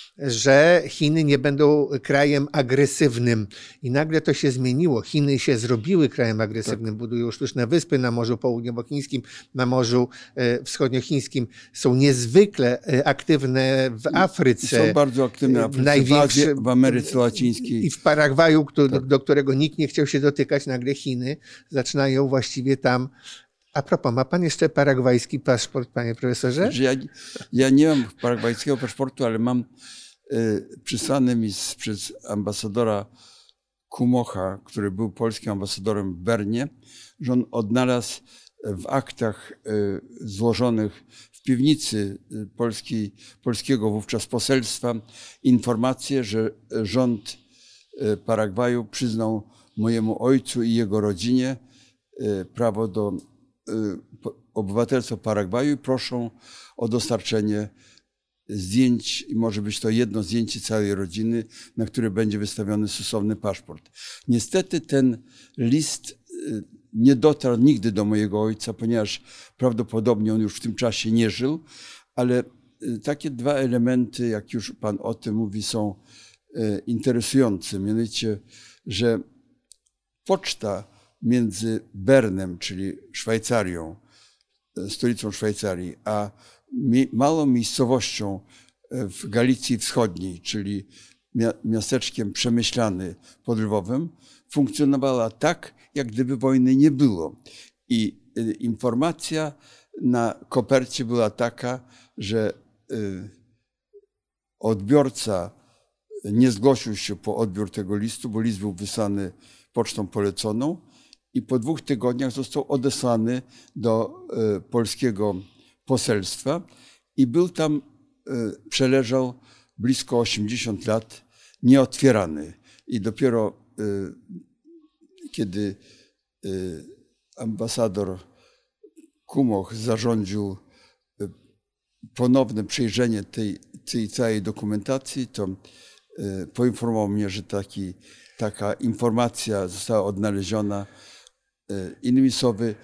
że Chiny nie będą krajem agresywnym. I nagle to się zmieniło. Chiny się zrobiły krajem agresywnym, budują sztuczne wyspy na Morzu Południowochińskim, na Morzu Wschodniochińskim. Są niezwykle aktywne w Afryce. Są bardzo aktywne w Afryce, w Ameryce Łacińskiej. I w Paragwaju, do którego nikt nie chciał się dotykać, nagle Chiny zaczynają właściwie tam. A propos, ma pan jeszcze paragwajski paszport, panie profesorze? Ja nie mam paragwajskiego paszportu, ale mam przysłany mi przez ambasadora Kumocha, który był polskim ambasadorem w Bernie, że on odnalazł w aktach złożonych w piwnicy polskiego wówczas poselstwa informację, że rząd Paragwaju przyznał mojemu ojcu i jego rodzinie prawo do obywatelstwa Paragwaju i proszą o dostarczenie zdjęć, i może być to jedno zdjęcie całej rodziny, na które będzie wystawiony stosowny paszport. Niestety ten list nie dotarł nigdy do mojego ojca, ponieważ prawdopodobnie on już w tym czasie nie żył, ale takie dwa elementy, jak już pan o tym mówi, są interesujące. Mianowicie, że poczta między Bernem, czyli Szwajcarią, stolicą Szwajcarii, a małą miejscowością w Galicji Wschodniej, czyli miasteczkiem Przemyślany pod Lwowem, funkcjonowała tak, jak gdyby wojny nie było. I informacja na kopercie była taka, że odbiorca nie zgłosił się po odbiór tego listu, bo list był wysłany pocztą poleconą i po 2 tygodniach został odesłany do polskiego poselstwa i był tam, przeleżał blisko 80 lat nieotwierany. I dopiero kiedy ambasador Kumoch zarządził ponowne przejrzenie tej całej dokumentacji, to poinformował mnie, że taka informacja została odnaleziona. Innymi słowy,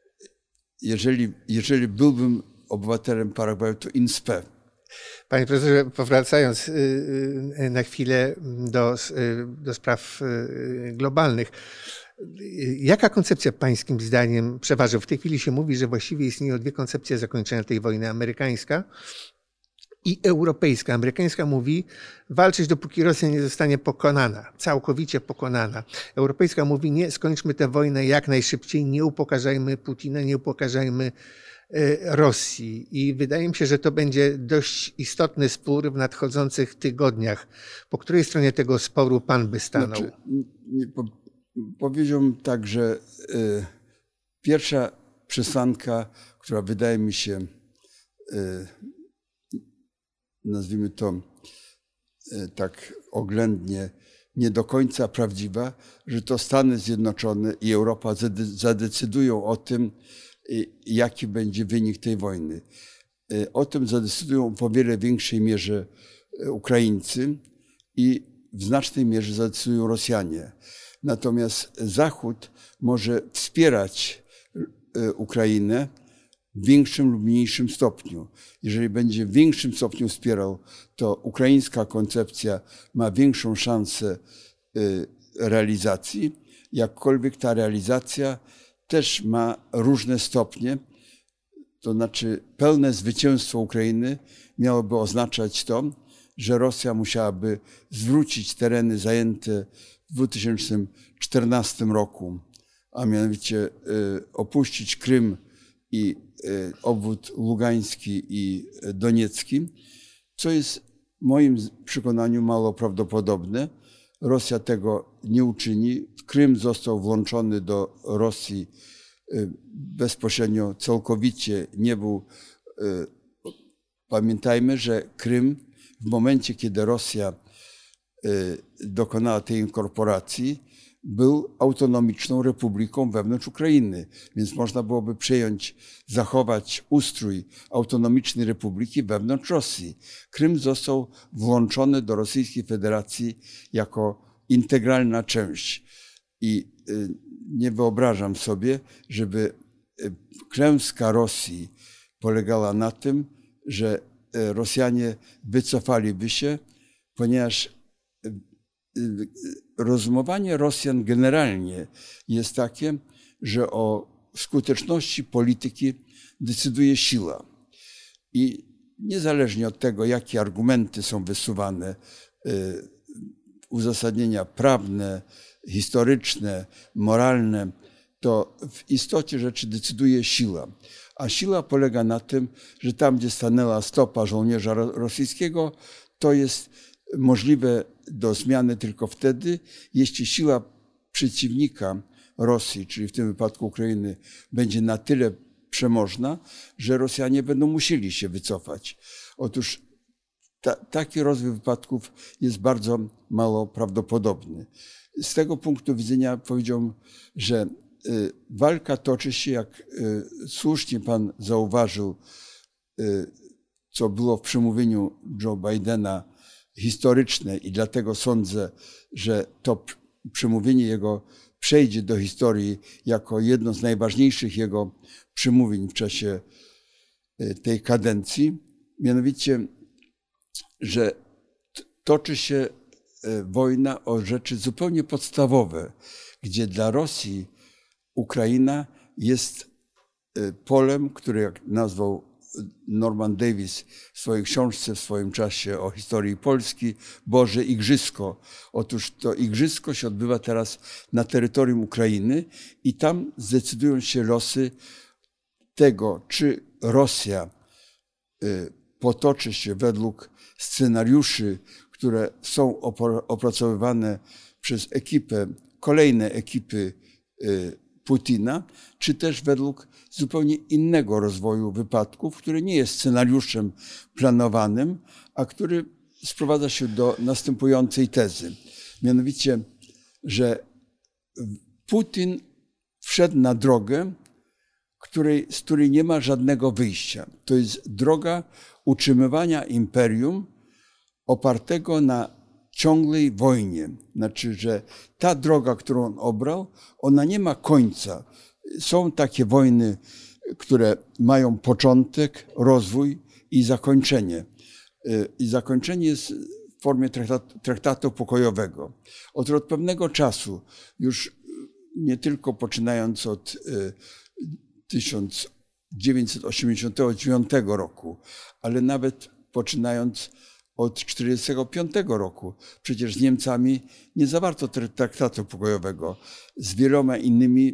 jeżeli byłbym obywatelem Paragwaju, to in spe. Panie profesorze, powracając na chwilę do spraw globalnych, jaka koncepcja pańskim zdaniem przeważa? W tej chwili się mówi, że właściwie istnieją dwie koncepcje zakończenia tej wojny: amerykańska i europejska. Amerykańska mówi walczyć, dopóki Rosja nie zostanie pokonana, całkowicie pokonana. Europejska mówi nie, skończmy tę wojnę jak najszybciej, nie upokarzajmy Putina, nie upokarzajmy Rosji. I wydaje mi się, że to będzie dość istotny spór w nadchodzących tygodniach. Po której stronie tego sporu pan by stanął? Znaczy, powiedziałbym tak, że pierwsza przesłanka, która wydaje mi się, nazwijmy to tak oględnie, nie do końca prawdziwa, że to Stany Zjednoczone i Europa zadecydują o tym, jaki będzie wynik tej wojny. O tym zadecydują w o wiele większej mierze Ukraińcy i w znacznej mierze zadecydują Rosjanie. Natomiast Zachód może wspierać Ukrainę w większym lub mniejszym stopniu. Jeżeli będzie w większym stopniu wspierał, to ukraińska koncepcja ma większą szansę realizacji, jakkolwiek ta realizacja też ma różne stopnie. To znaczy pełne zwycięstwo Ukrainy miałoby oznaczać to, że Rosja musiałaby zwrócić tereny zajęte w 2014 roku, a mianowicie opuścić Krym i obwód lugański i doniecki, co jest w moim przekonaniu mało prawdopodobne. Rosja tego nie uczyni. Krym został włączony do Rosji bezpośrednio, całkowicie nie był. Pamiętajmy, że Krym w momencie, kiedy Rosja dokonała tej inkorporacji, był autonomiczną republiką wewnątrz Ukrainy, więc można byłoby zachować ustrój autonomicznej republiki wewnątrz Rosji. Krym został włączony do Rosyjskiej Federacji jako integralna część i nie wyobrażam sobie, żeby klęska Rosji polegała na tym, że Rosjanie wycofaliby się, ponieważ rozumowanie Rosjan generalnie jest takie, że o skuteczności polityki decyduje siła. I niezależnie od tego, jakie argumenty są wysuwane, uzasadnienia prawne, historyczne, moralne, to w istocie rzeczy decyduje siła. A siła polega na tym, że tam, gdzie stanęła stopa żołnierza rosyjskiego, to jest możliwe do zmiany tylko wtedy, jeśli siła przeciwnika Rosji, czyli w tym wypadku Ukrainy, będzie na tyle przemożna, że Rosjanie będą musieli się wycofać. Otóż taki rozwój wypadków jest bardzo mało prawdopodobny. Z tego punktu widzenia powiedziałbym, że walka toczy się, jak słusznie pan zauważył, co było w przemówieniu Joe Bidena, historyczne, i dlatego sądzę, że to przemówienie jego przejdzie do historii jako jedno z najważniejszych jego przemówień w czasie tej kadencji. Mianowicie, że toczy się wojna o rzeczy zupełnie podstawowe, gdzie dla Rosji Ukraina jest polem, które, jak nazwał Norman Davis w swojej książce w swoim czasie o historii Polski, Boże Igrzysko. Otóż to igrzysko się odbywa teraz na terytorium Ukrainy i tam zdecydują się losy tego, czy Rosja potoczy się według scenariuszy, które są opracowywane przez ekipę, kolejne ekipy Putina, czy też według zupełnie innego rozwoju wypadków, który nie jest scenariuszem planowanym, a który sprowadza się do następującej tezy. Mianowicie, że Putin wszedł na drogę, z której nie ma żadnego wyjścia. To jest droga utrzymywania imperium opartego na ciągłej wojnie. Znaczy, że ta droga, którą on obrał, ona nie ma końca. Są takie wojny, które mają początek, rozwój i zakończenie. I zakończenie jest w formie traktatu pokojowego. Od pewnego czasu, już nie tylko poczynając od 1989 roku, ale nawet poczynając od 1945 roku. Przecież z Niemcami nie zawarto traktatu pokojowego. Z wieloma innymi,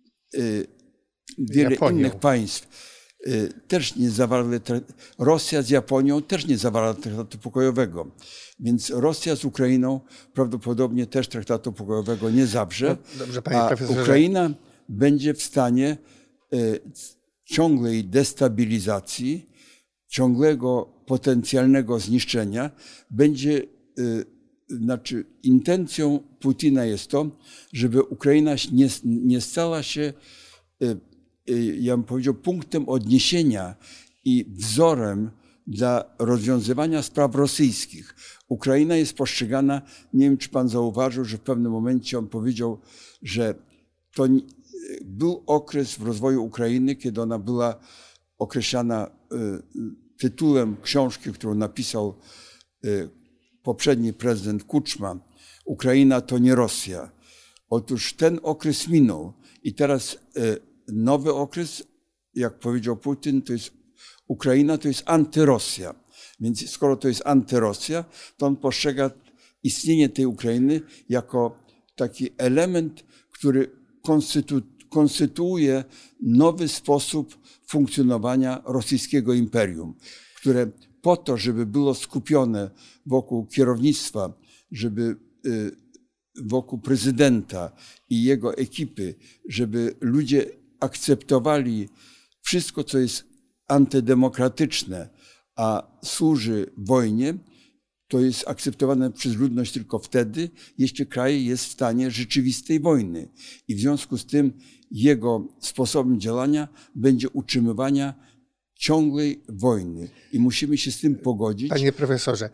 wiele innych państw też nie zawarły, Rosja z Japonią też nie zawarła traktatu pokojowego. Więc Rosja z Ukrainą prawdopodobnie też traktatu pokojowego nie zawrze, Dobrze, panie a profesorze. Ukraina będzie w stanie ciągłej destabilizacji, ciągłego potencjalnego zniszczenia. Będzie, znaczy intencją Putina jest to, żeby Ukraina nie stała się, ja bym powiedział, punktem odniesienia i wzorem dla rozwiązywania spraw rosyjskich. Ukraina jest postrzegana, nie wiem, czy pan zauważył, że w pewnym momencie on powiedział, że to był okres w rozwoju Ukrainy, kiedy ona była określana tytułem książki, którą napisał poprzedni prezydent Kuczma. Ukraina to nie Rosja. Otóż ten okres minął i teraz nowy okres, jak powiedział Putin, to jest Ukraina, to jest antyrosja. Więc skoro to jest antyrosja, to on postrzega istnienie tej Ukrainy jako taki element, który konstytuuje nowy sposób funkcjonowania rosyjskiego imperium, które po to, żeby było skupione wokół kierownictwa, żeby wokół prezydenta i jego ekipy, żeby ludzie akceptowali wszystko, co jest antydemokratyczne, a służy wojnie, to jest akceptowane przez ludność tylko wtedy, jeśli kraj jest w stanie rzeczywistej wojny. I w związku z tym jego sposobem działania będzie utrzymywania ciągłej wojny. I musimy się z tym pogodzić. Panie profesorze,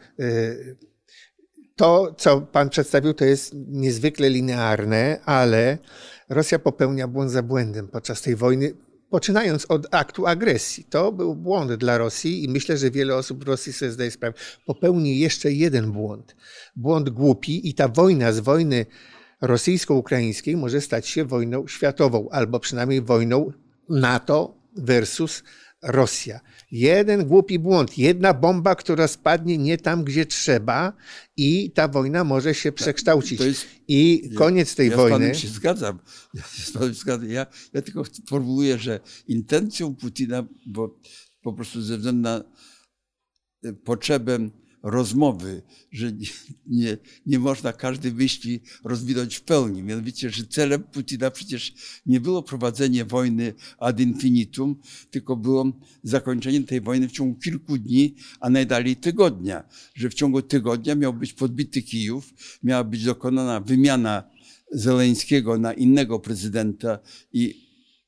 to, co pan przedstawił, to jest niezwykle linearne, ale Rosja popełnia błąd za błędem podczas tej wojny, poczynając od aktu agresji. To był błąd dla Rosji i myślę, że wiele osób w Rosji sobie zdaje sprawę. Popełni jeszcze jeden błąd. Błąd głupi i ta wojna z wojny rosyjsko-ukraińskiej może stać się wojną światową, albo przynajmniej wojną NATO versus Rosja. Jeden głupi błąd, jedna bomba, która spadnie nie tam, gdzie trzeba i ta wojna może się przekształcić. I koniec tej wojny... Ja z panem się zgadzam. Ja tylko formułuję, że intencją Putina, bo po prostu ze względu na potrzebę rozmowy, że nie można każdej myśli rozwinąć w pełni. Mianowicie, że celem Putina przecież nie było prowadzenie wojny ad infinitum, tylko było zakończenie tej wojny w ciągu kilku dni, a najdalej tygodnia. Że w ciągu tygodnia miał być podbity Kijów, miała być dokonana wymiana Zeleńskiego na innego prezydenta i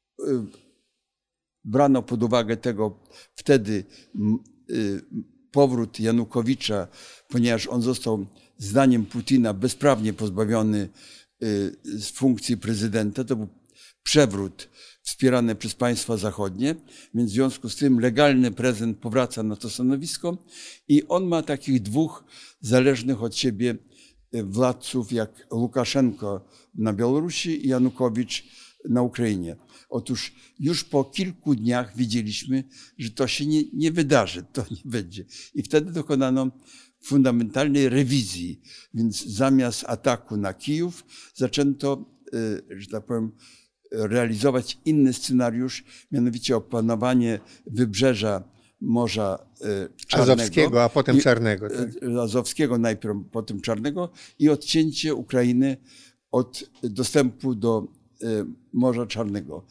brano pod uwagę tego wtedy powrót Janukowicza, ponieważ on został zdaniem Putina bezprawnie pozbawiony z funkcji prezydenta. To był przewrót wspierany przez państwa zachodnie, więc w związku z tym legalny prezydent powraca na to stanowisko i on ma takich dwóch zależnych od siebie władców jak Łukaszenko na Białorusi i Janukowicz na Ukrainie. Otóż już po kilku dniach widzieliśmy, że to się nie wydarzy, to nie będzie. I wtedy dokonano fundamentalnej rewizji. Więc zamiast ataku na Kijów zaczęto, że tak powiem, realizować inny scenariusz, mianowicie opanowanie wybrzeża Morza Czarnego. Azowskiego, a potem Czarnego. Tak? Azowskiego najpierw, potem Czarnego i odcięcie Ukrainy od dostępu do Morza Czarnego.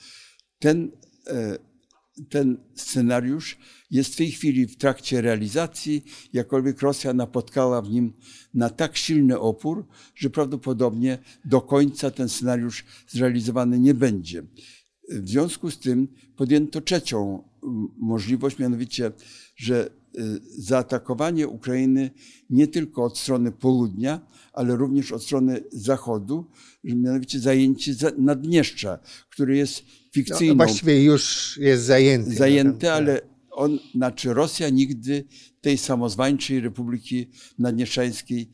Ten scenariusz jest w tej chwili w trakcie realizacji, jakkolwiek Rosja napotkała w nim na tak silny opór, że prawdopodobnie do końca ten scenariusz zrealizowany nie będzie. W związku z tym podjęto trzecią możliwość, mianowicie, że zaatakowanie Ukrainy nie tylko od strony południa, ale również od strony zachodu, mianowicie zajęcie Naddniestrza, który jest fikcyjną. No, właściwie już jest zajęty. Zajęty, ale Rosja nigdy tej samozwańczej Republiki Naddniestrzańskiej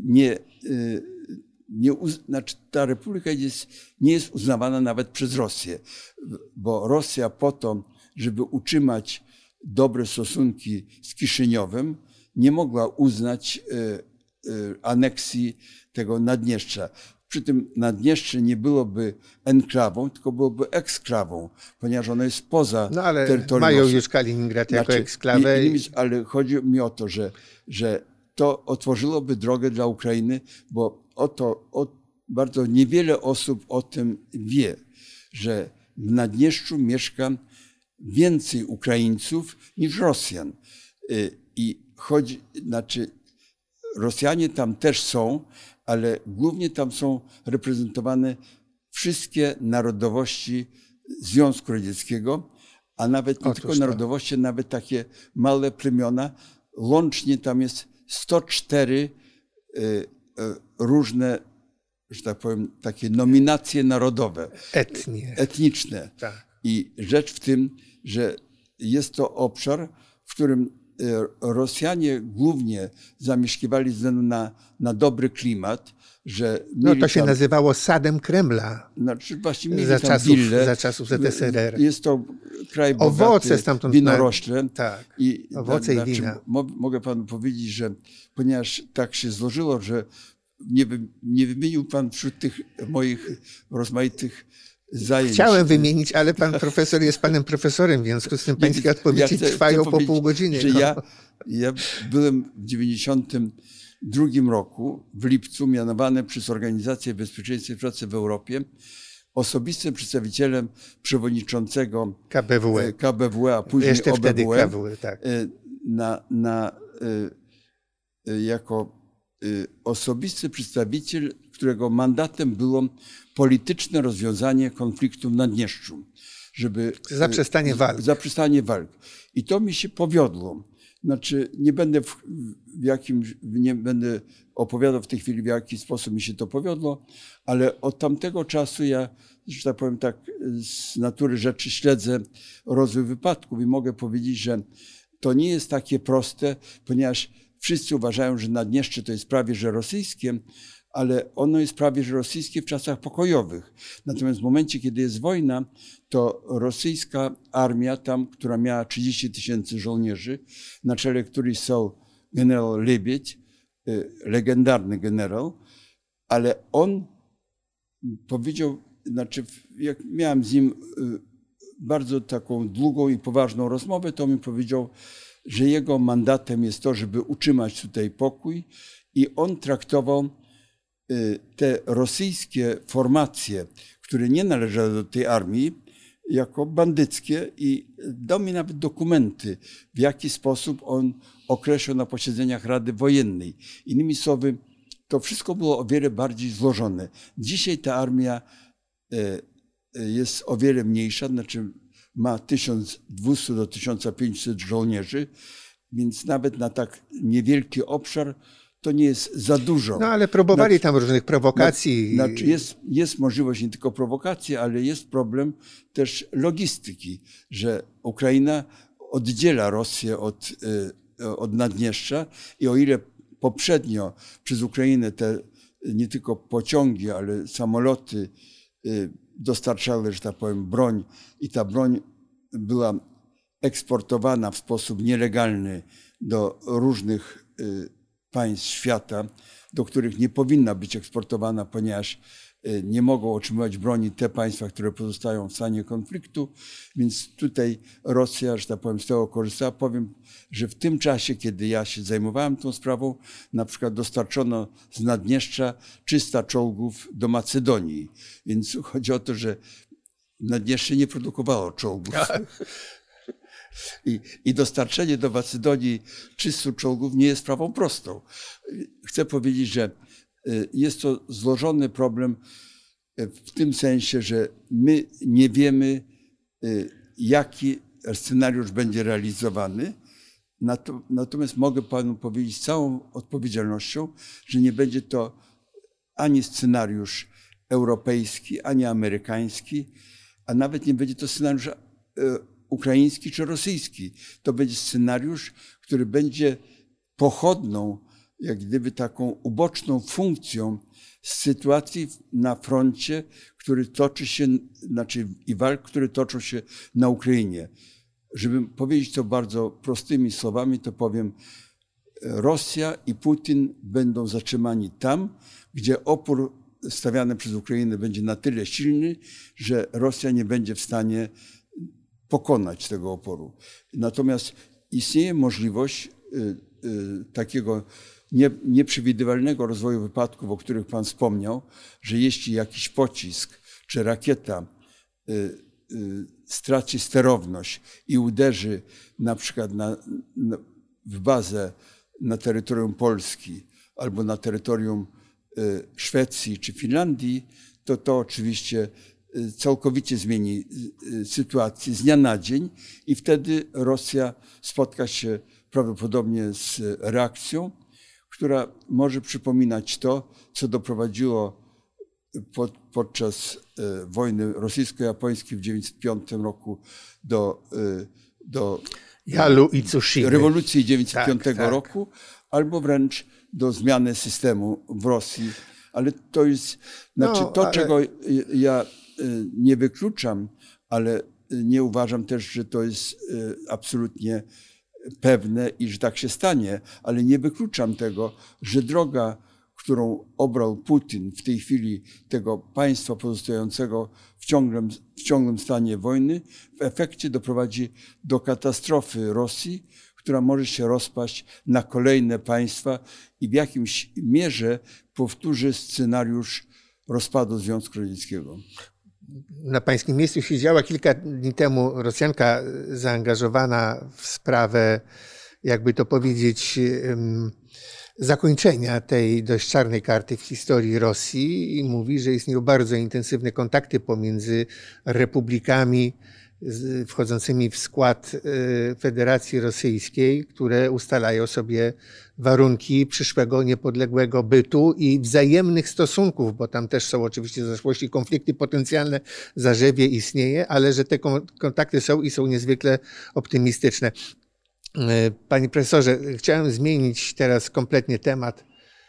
ta republika nie jest uznawana nawet przez Rosję, bo Rosja po to, żeby utrzymać dobre stosunki z Kiszyniowem, nie mogła uznać aneksji tego Naddniestrza. Przy tym Naddniestrze nie byłoby enklawą, tylko byłoby eksklawą, ponieważ ono jest poza terytorium. Mają już Kaliningrad jako eksklawę. Ale chodzi mi o to, że to otworzyłoby drogę dla Ukrainy, bo bardzo niewiele osób o tym wie, że w Naddniestrzu mieszka więcej Ukraińców niż Rosjan. Rosjanie tam też są, ale głównie tam są reprezentowane wszystkie narodowości Związku Radzieckiego, a nawet nie tylko narodowości, nawet takie małe plemiona. Łącznie tam jest 104 różne, że tak powiem, takie nominacje narodowe. Etniczne. Tak. I rzecz w tym, że jest to obszar, w którym Rosjanie głównie zamieszkiwali ze względu na dobry klimat, że to się nazywało sadem Kremla. Właśnie za czasów ZSRR. Jest to kraj bogaty, owoce stamtąd winorośle. Tak, owoce i wina. Mogę panu powiedzieć, że ponieważ tak się złożyło, że nie wymienił pan wśród tych moich rozmaitych zajęć. Chciałem wymienić, ale pan profesor jest panem profesorem, w związku z tym pańskie odpowiedzi trwają po pół godziny. Że ja byłem w 1992 roku, w lipcu, mianowany przez Organizację Bezpieczeństwa i Pracy w Europie osobistym przedstawicielem przewodniczącego KBWE, a później jeszcze OBWE, wtedy KBWE, tak. jako osobisty przedstawiciel, którego mandatem było polityczne rozwiązanie konfliktu w Naddniestrzu. Zaprzestanie walk. I to mi się powiodło. Nie będę opowiadał w tej chwili, w jaki sposób mi się to powiodło, ale od tamtego czasu ja, że tak powiem tak, z natury rzeczy śledzę rozwój wypadków i mogę powiedzieć, że to nie jest takie proste, ponieważ wszyscy uważają, że Naddniestrze to jest prawie że rosyjskie, ale ono jest prawie że rosyjskie w czasach pokojowych. Natomiast w momencie, kiedy jest wojna, to rosyjska armia tam, która miała 30 000 żołnierzy, na czele których są generał Lebiedź, legendarny generał, ale on powiedział, jak miałem z nim bardzo taką długą i poważną rozmowę, to mi powiedział, że jego mandatem jest to, żeby utrzymać tutaj pokój i on traktował te rosyjskie formacje, które nie należały do tej armii, jako bandyckie i dał mi nawet dokumenty, w jaki sposób on określał na posiedzeniach Rady Wojennej. Innymi słowy, to wszystko było o wiele bardziej złożone. Dzisiaj ta armia jest o wiele mniejsza, ma 1200 do 1500 żołnierzy, więc nawet na tak niewielki obszar to nie jest za dużo. No ale próbowali tam różnych prowokacji. Jest możliwość nie tylko prowokacji, ale jest problem też logistyki, że Ukraina oddziela Rosję od Naddniestrza i o ile poprzednio przez Ukrainę te nie tylko pociągi, ale samoloty dostarczały, że tak powiem, broń i ta broń była eksportowana w sposób nielegalny do różnych państw świata, do których nie powinna być eksportowana, ponieważ nie mogą otrzymywać broni te państwa, które pozostają w stanie konfliktu, więc tutaj Rosja, że tak powiem, z tego korzystała. Powiem, że w tym czasie, kiedy ja się zajmowałem tą sprawą, na przykład dostarczono z Naddniestrza 300 czołgów do Macedonii. Więc chodzi o to, że Naddniestrze nie produkowało czołgów. I dostarczenie do Macedonii 300 czołgów nie jest sprawą prostą. Chcę powiedzieć, że jest to złożony problem w tym sensie, że my nie wiemy, jaki scenariusz będzie realizowany. Natomiast mogę panu powiedzieć z całą odpowiedzialnością, że nie będzie to ani scenariusz europejski, ani amerykański, a nawet nie będzie to scenariusz ukraiński czy rosyjski. To będzie scenariusz, który będzie pochodną, jak gdyby taką uboczną funkcją sytuacji na froncie, który toczy się, i walk, które toczą się na Ukrainie. Żeby powiedzieć to bardzo prostymi słowami, to powiem, Rosja i Putin będą zatrzymani tam, gdzie opór stawiany przez Ukrainę będzie na tyle silny, że Rosja nie będzie w stanie pokonać tego oporu. Natomiast istnieje możliwość takiego nieprzewidywalnego rozwoju wypadków, o których pan wspomniał, że jeśli jakiś pocisk czy rakieta straci sterowność i uderzy na przykład w bazę na terytorium Polski albo na terytorium Szwecji czy Finlandii, to oczywiście całkowicie zmieni sytuację z dnia na dzień i wtedy Rosja spotka się prawdopodobnie z reakcją, która może przypominać to, co doprowadziło podczas wojny rosyjsko-japońskiej w 1995 roku do Jalu i Tsushimy. Rewolucji 1995 tak. roku, albo wręcz do zmiany systemu w Rosji. Ale to jest, czego ja nie wykluczam, ale nie uważam też, że to jest absolutnie pewne i że tak się stanie, ale nie wykluczam tego, że droga, którą obrał Putin w tej chwili, tego państwa pozostającego w ciągłym stanie wojny, w efekcie doprowadzi do katastrofy Rosji, która może się rozpaść na kolejne państwa i w jakimś mierze powtórzy scenariusz rozpadu Związku Radzieckiego. Na pańskim miejscu siedziała kilka dni temu Rosjanka zaangażowana w sprawę, jakby to powiedzieć, zakończenia tej dość czarnej karty w historii Rosji i mówi, że istnieją bardzo intensywne kontakty pomiędzy republikami wchodzącymi w skład Federacji Rosyjskiej, które ustalają sobie warunki przyszłego niepodległego bytu i wzajemnych stosunków, bo tam też są oczywiście w zaszłości konflikty potencjalne, zarzewie istnieje, ale że te kontakty są i są niezwykle optymistyczne. Panie profesorze, chciałem zmienić teraz kompletnie temat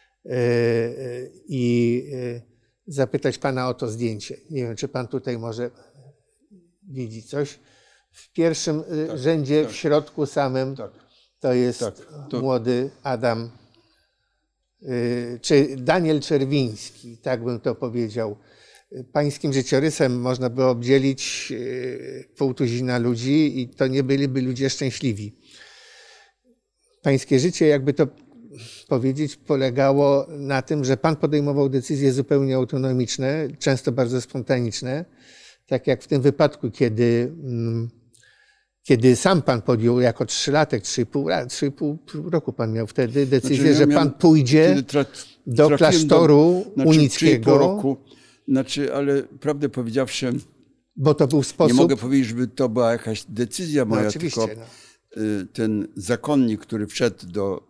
i zapytać pana o to zdjęcie. Nie wiem, czy pan tutaj może widzi coś. W pierwszym rzędzie, w środku samym, to jest młody Adam, czy Daniel Czerwiński, tak bym to powiedział. Pańskim życiorysem można by obdzielić pół tuzina ludzi i to nie byliby ludzie szczęśliwi. Pańskie życie, jakby to powiedzieć, polegało na tym, że pan podejmował decyzje zupełnie autonomiczne, często bardzo spontaniczne, tak jak w tym wypadku, kiedy sam pan podjął jako 3,5 roku pan miał wtedy decyzję, że pan pójdzie do klasztoru unickiego. Roku, ale prawdę powiedziawszy, bo to był sposób. Nie mogę powiedzieć, żeby to była jakaś decyzja moja, tylko ten zakonnik, który wszedł do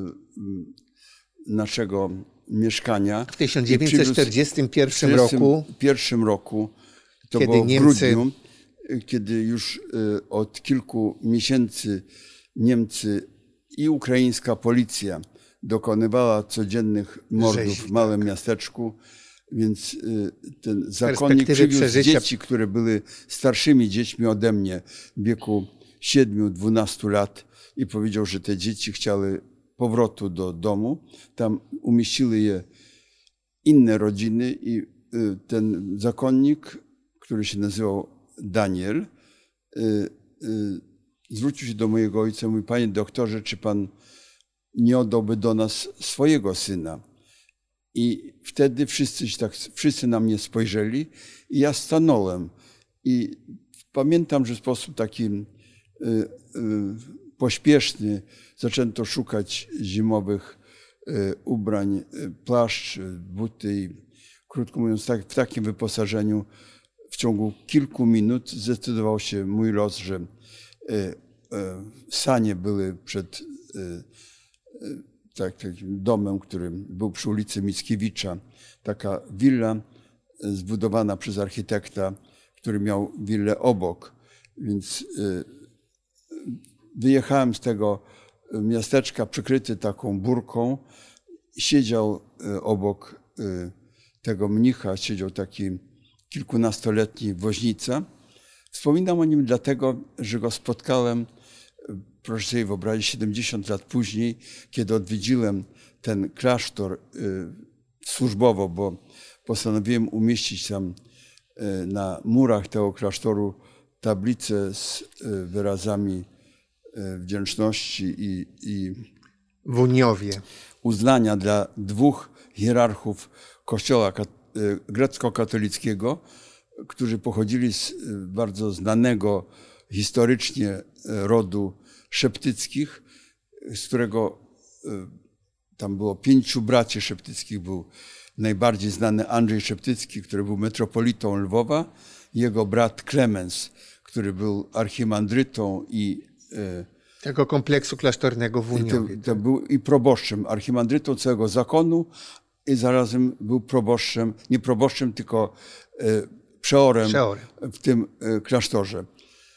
naszego mieszkania. W 1941 roku. To było w grudniu, kiedy już od kilku miesięcy Niemcy i ukraińska policja dokonywała codziennych mordów w małym miasteczku, więc ten zakonnik przywiózł dzieci, które były starszymi dziećmi ode mnie w wieku 7-12 lat i powiedział, że te dzieci chciały powrotu do domu. Tam umieściły je inne rodziny i ten zakonnik, który się nazywał Daniel, zwrócił się do mojego ojca i mówi: panie doktorze, czy pan nie oddałby do nas swojego syna? I wtedy wszyscy na mnie spojrzeli i ja stanąłem. I pamiętam, że w sposób taki pośpieszny zaczęto szukać zimowych ubrań, płaszcz, buty. I, krótko mówiąc, w takim wyposażeniu w ciągu kilku minut zdecydował się mój los, że sanie były przed takim domem, który był przy ulicy Mickiewicza. Taka willa zbudowana przez architekta, który miał willę obok. Więc wyjechałem z tego miasteczka przykryty taką burką. Siedział obok tego mnicha, siedział taki kilkunastoletni woźnica. Wspominam o nim dlatego, że go spotkałem, proszę sobie wyobrazić, 70 lat później, kiedy odwiedziłem ten klasztor służbowo, bo postanowiłem umieścić tam na murach tego klasztoru tablicę z wyrazami wdzięczności i w Uniowie uznania dla dwóch hierarchów Kościoła grecko-katolickiego, którzy pochodzili z bardzo znanego historycznie rodu Szeptyckich, z którego tam było 5 braci Szeptyckich. Był najbardziej znany Andrzej Szeptycki, który był metropolitą Lwowa, jego brat Klemens, który był archimandrytą i tego kompleksu klasztornego w Uniowie. To był i proboszczem, archimandrytą całego zakonu i zarazem był proboszczem, nie proboszczem, tylko przeorem w tym klasztorze.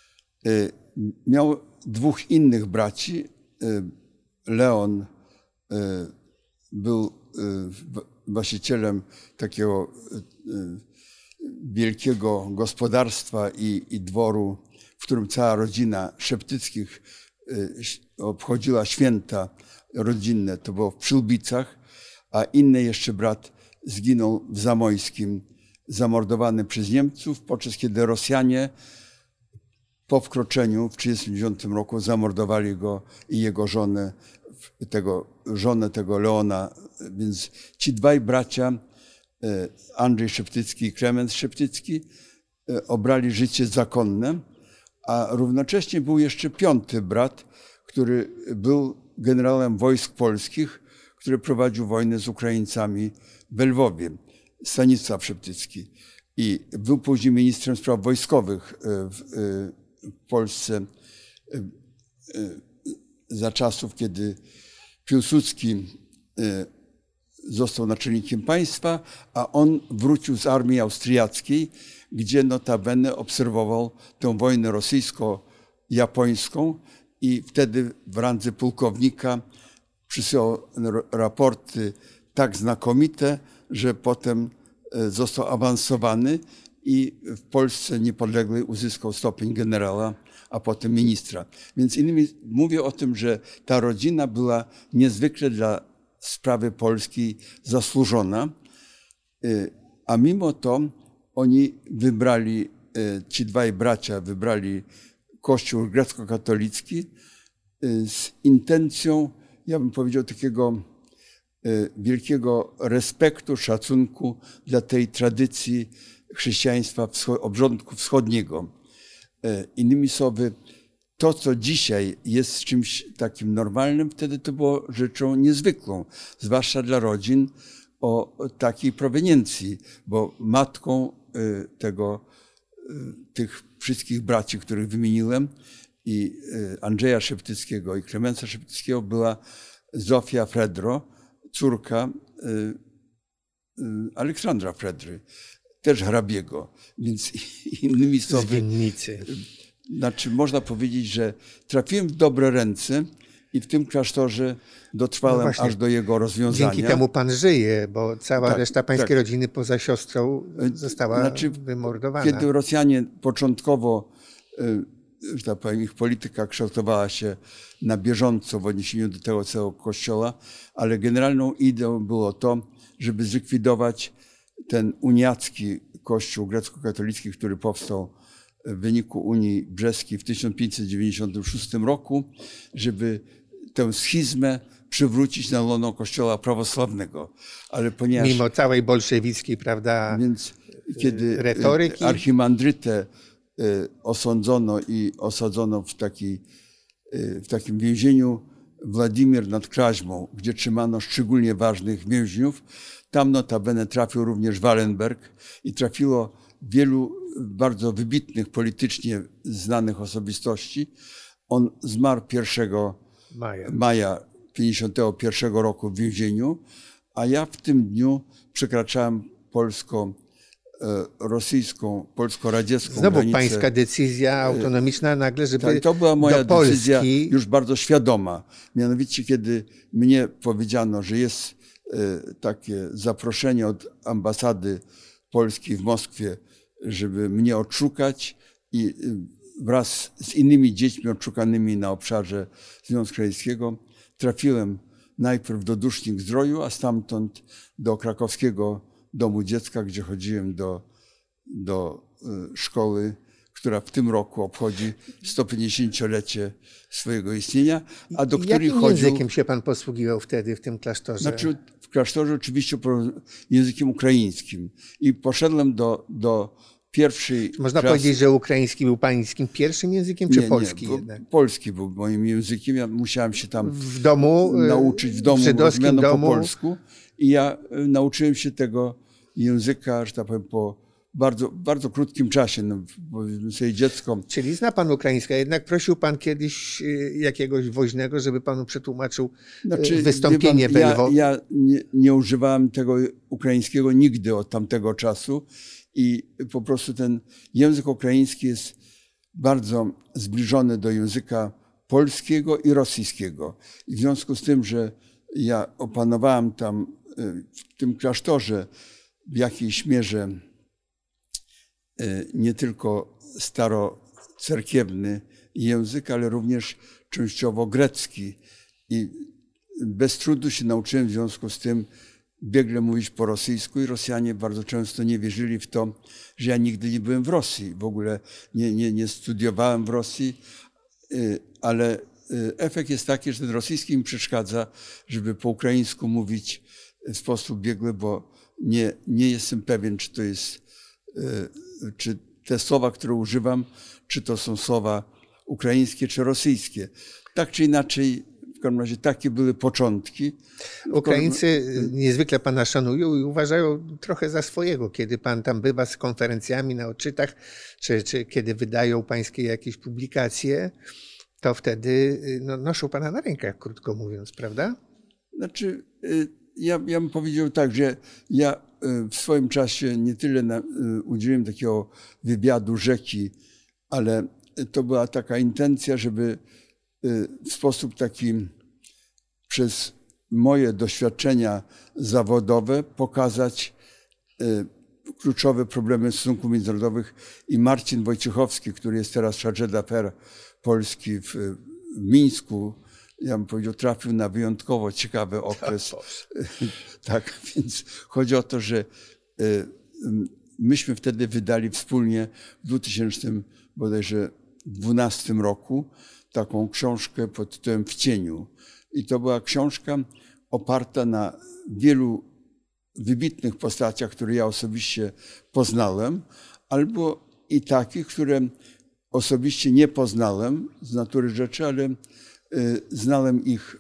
Miał 2 innych braci. Leon był właścicielem takiego wielkiego gospodarstwa i dworu, w którym cała rodzina Szeptyckich obchodziła święta rodzinne. To było w Przylbicach, a inny jeszcze brat zginął w Zamojskim, zamordowany przez Niemców, podczas kiedy Rosjanie po wkroczeniu w 1939 roku zamordowali go i jego żonę, tego Leona. Więc ci 2 bracia, Andrzej Szeptycki i Klemens Szeptycki, obrali życie zakonne, a równocześnie był jeszcze 5. brat, który był generałem wojsk polskich, który prowadził wojnę z Ukraińcami w Lwowie, Stanisław Szeptycki. I był później ministrem spraw wojskowych w Polsce za czasów, kiedy Piłsudski został naczelnikiem państwa, a on wrócił z armii austriackiej, gdzie notabene obserwował tę wojnę rosyjsko-japońską i wtedy w randze pułkownika przysyłał raporty tak znakomite, że potem został awansowany i w Polsce niepodległej uzyskał stopień generała, a potem ministra. Więc innymi mówię o tym, że ta rodzina była niezwykle dla sprawy polskiej zasłużona, a mimo to oni wybrali, ci 2 bracia wybrali Kościół grecko-katolicki z intencją, ja bym powiedział, takiego wielkiego respektu, szacunku dla tej tradycji chrześcijaństwa obrządku wschodniego. Innymi słowy, to, co dzisiaj jest czymś takim normalnym, wtedy to było rzeczą niezwykłą, zwłaszcza dla rodzin o takiej proweniencji, bo matką tych wszystkich braci, których wymieniłem, i Andrzeja Szeptyckiego i Klemensa Szeptyckiego, była Zofia Fredro, córka Aleksandra Fredry, też hrabiego. Więc innymi słowy, znaczy można powiedzieć, że trafiłem w dobre ręce i w tym klasztorze dotrwałem aż do jego rozwiązania. Dzięki temu pan żyje, bo cała reszta pańskiej rodziny poza siostrą została wymordowana. Kiedy Rosjanie początkowo, że tak powiem, ich polityka kształtowała się na bieżąco w odniesieniu do tego całego kościoła, ale generalną ideą było to, żeby zlikwidować ten uniacki kościół grecko-katolicki, który powstał w wyniku Unii Brzeskiej w 1596 roku, żeby tę schizmę przywrócić na łono kościoła prawosławnego. Ale ponieważ... Mimo całej bolszewickiej, prawda, więc kiedy retoryki. archimandrytę osądzono i osadzono w takim więzieniu Władimir nad Kraźmą, gdzie trzymano szczególnie ważnych więźniów. Tam notabene trafił również Wallenberg i trafiło wielu bardzo wybitnych politycznie znanych osobistości. On zmarł 1 maja 1951 roku w więzieniu, a ja w tym dniu przekraczałem polsko-radziecką Znowu granicę. pańska decyzja autonomiczna nagle, żeby Tak, to była moja do decyzja Polski... już bardzo świadoma. Mianowicie, kiedy mnie powiedziano, że jest takie zaproszenie od ambasady polskiej w Moskwie, żeby mnie odszukać i wraz z innymi dziećmi odszukanymi na obszarze Związku Radzieckiego trafiłem najpierw do Dusznik-Zdroju, a stamtąd do krakowskiego Domu Dziecka, gdzie chodziłem do szkoły, która w tym roku obchodzi 150-lecie swojego istnienia, a do której Jakim chodził... językiem się pan posługiwał wtedy w tym klasztorze? Znaczy w klasztorze oczywiście językiem ukraińskim i poszedłem do pierwszej... Można klasy. powiedzieć, że ukraiński był pańskim pierwszym językiem, czy polski jednak? Polski był moim językiem. Ja musiałem się tam w domu, nauczyć w domu, żydowskim domu. po polsku. I ja nauczyłem się tego języka, że tak powiem, po bardzo, bardzo krótkim czasie. No, powiedzmy sobie dziecko. Czyli zna pan ukraiński, a jednak prosił pan kiedyś jakiegoś woźnego, żeby panu przetłumaczył wystąpienie pan, Belwo? Ja nie używałem tego ukraińskiego nigdy od tamtego czasu i po prostu ten język ukraiński jest bardzo zbliżony do języka polskiego i rosyjskiego. I w związku z tym, że ja opanowałem tam w tym klasztorze w jakiejś mierze nie tylko starocerkiewny język, ale również częściowo grecki. I bez trudu się nauczyłem w związku z tym biegle mówić po rosyjsku i Rosjanie bardzo często nie wierzyli w to, że ja nigdy nie byłem w Rosji. W ogóle nie studiowałem w Rosji, ale efekt jest taki, że ten rosyjski mi przeszkadza, żeby po ukraińsku mówić w sposób biegły, bo nie jestem pewien, czy to jest, czy te słowa, które używam, czy to są słowa ukraińskie, czy rosyjskie. Tak czy inaczej, w każdym razie takie były początki. Ukraińcy niezwykle pana szanują i uważają trochę za swojego, kiedy pan tam bywa z konferencjami na odczytach, czy kiedy wydają pańskie jakieś publikacje, to wtedy noszą pana na rękach, krótko mówiąc, prawda? Znaczy, ja bym powiedział tak, że ja w swoim czasie nie tyle udzieliłem takiego wywiadu rzeki, ale to była taka intencja, żeby w sposób taki przez moje doświadczenia zawodowe pokazać kluczowe problemy stosunków międzynarodowych i Marcin Wojciechowski, który jest teraz chargé d'affaires Polski w Mińsku, ja bym powiedział, trafił na wyjątkowo ciekawy okres. Tak, więc chodzi o to, że myśmy wtedy wydali wspólnie w 2012 roku taką książkę pod tytułem W cieniu. I to była książka oparta na wielu wybitnych postaciach, które ja osobiście poznałem, albo i takich, które osobiście nie poznałem z natury rzeczy, ale znałem ich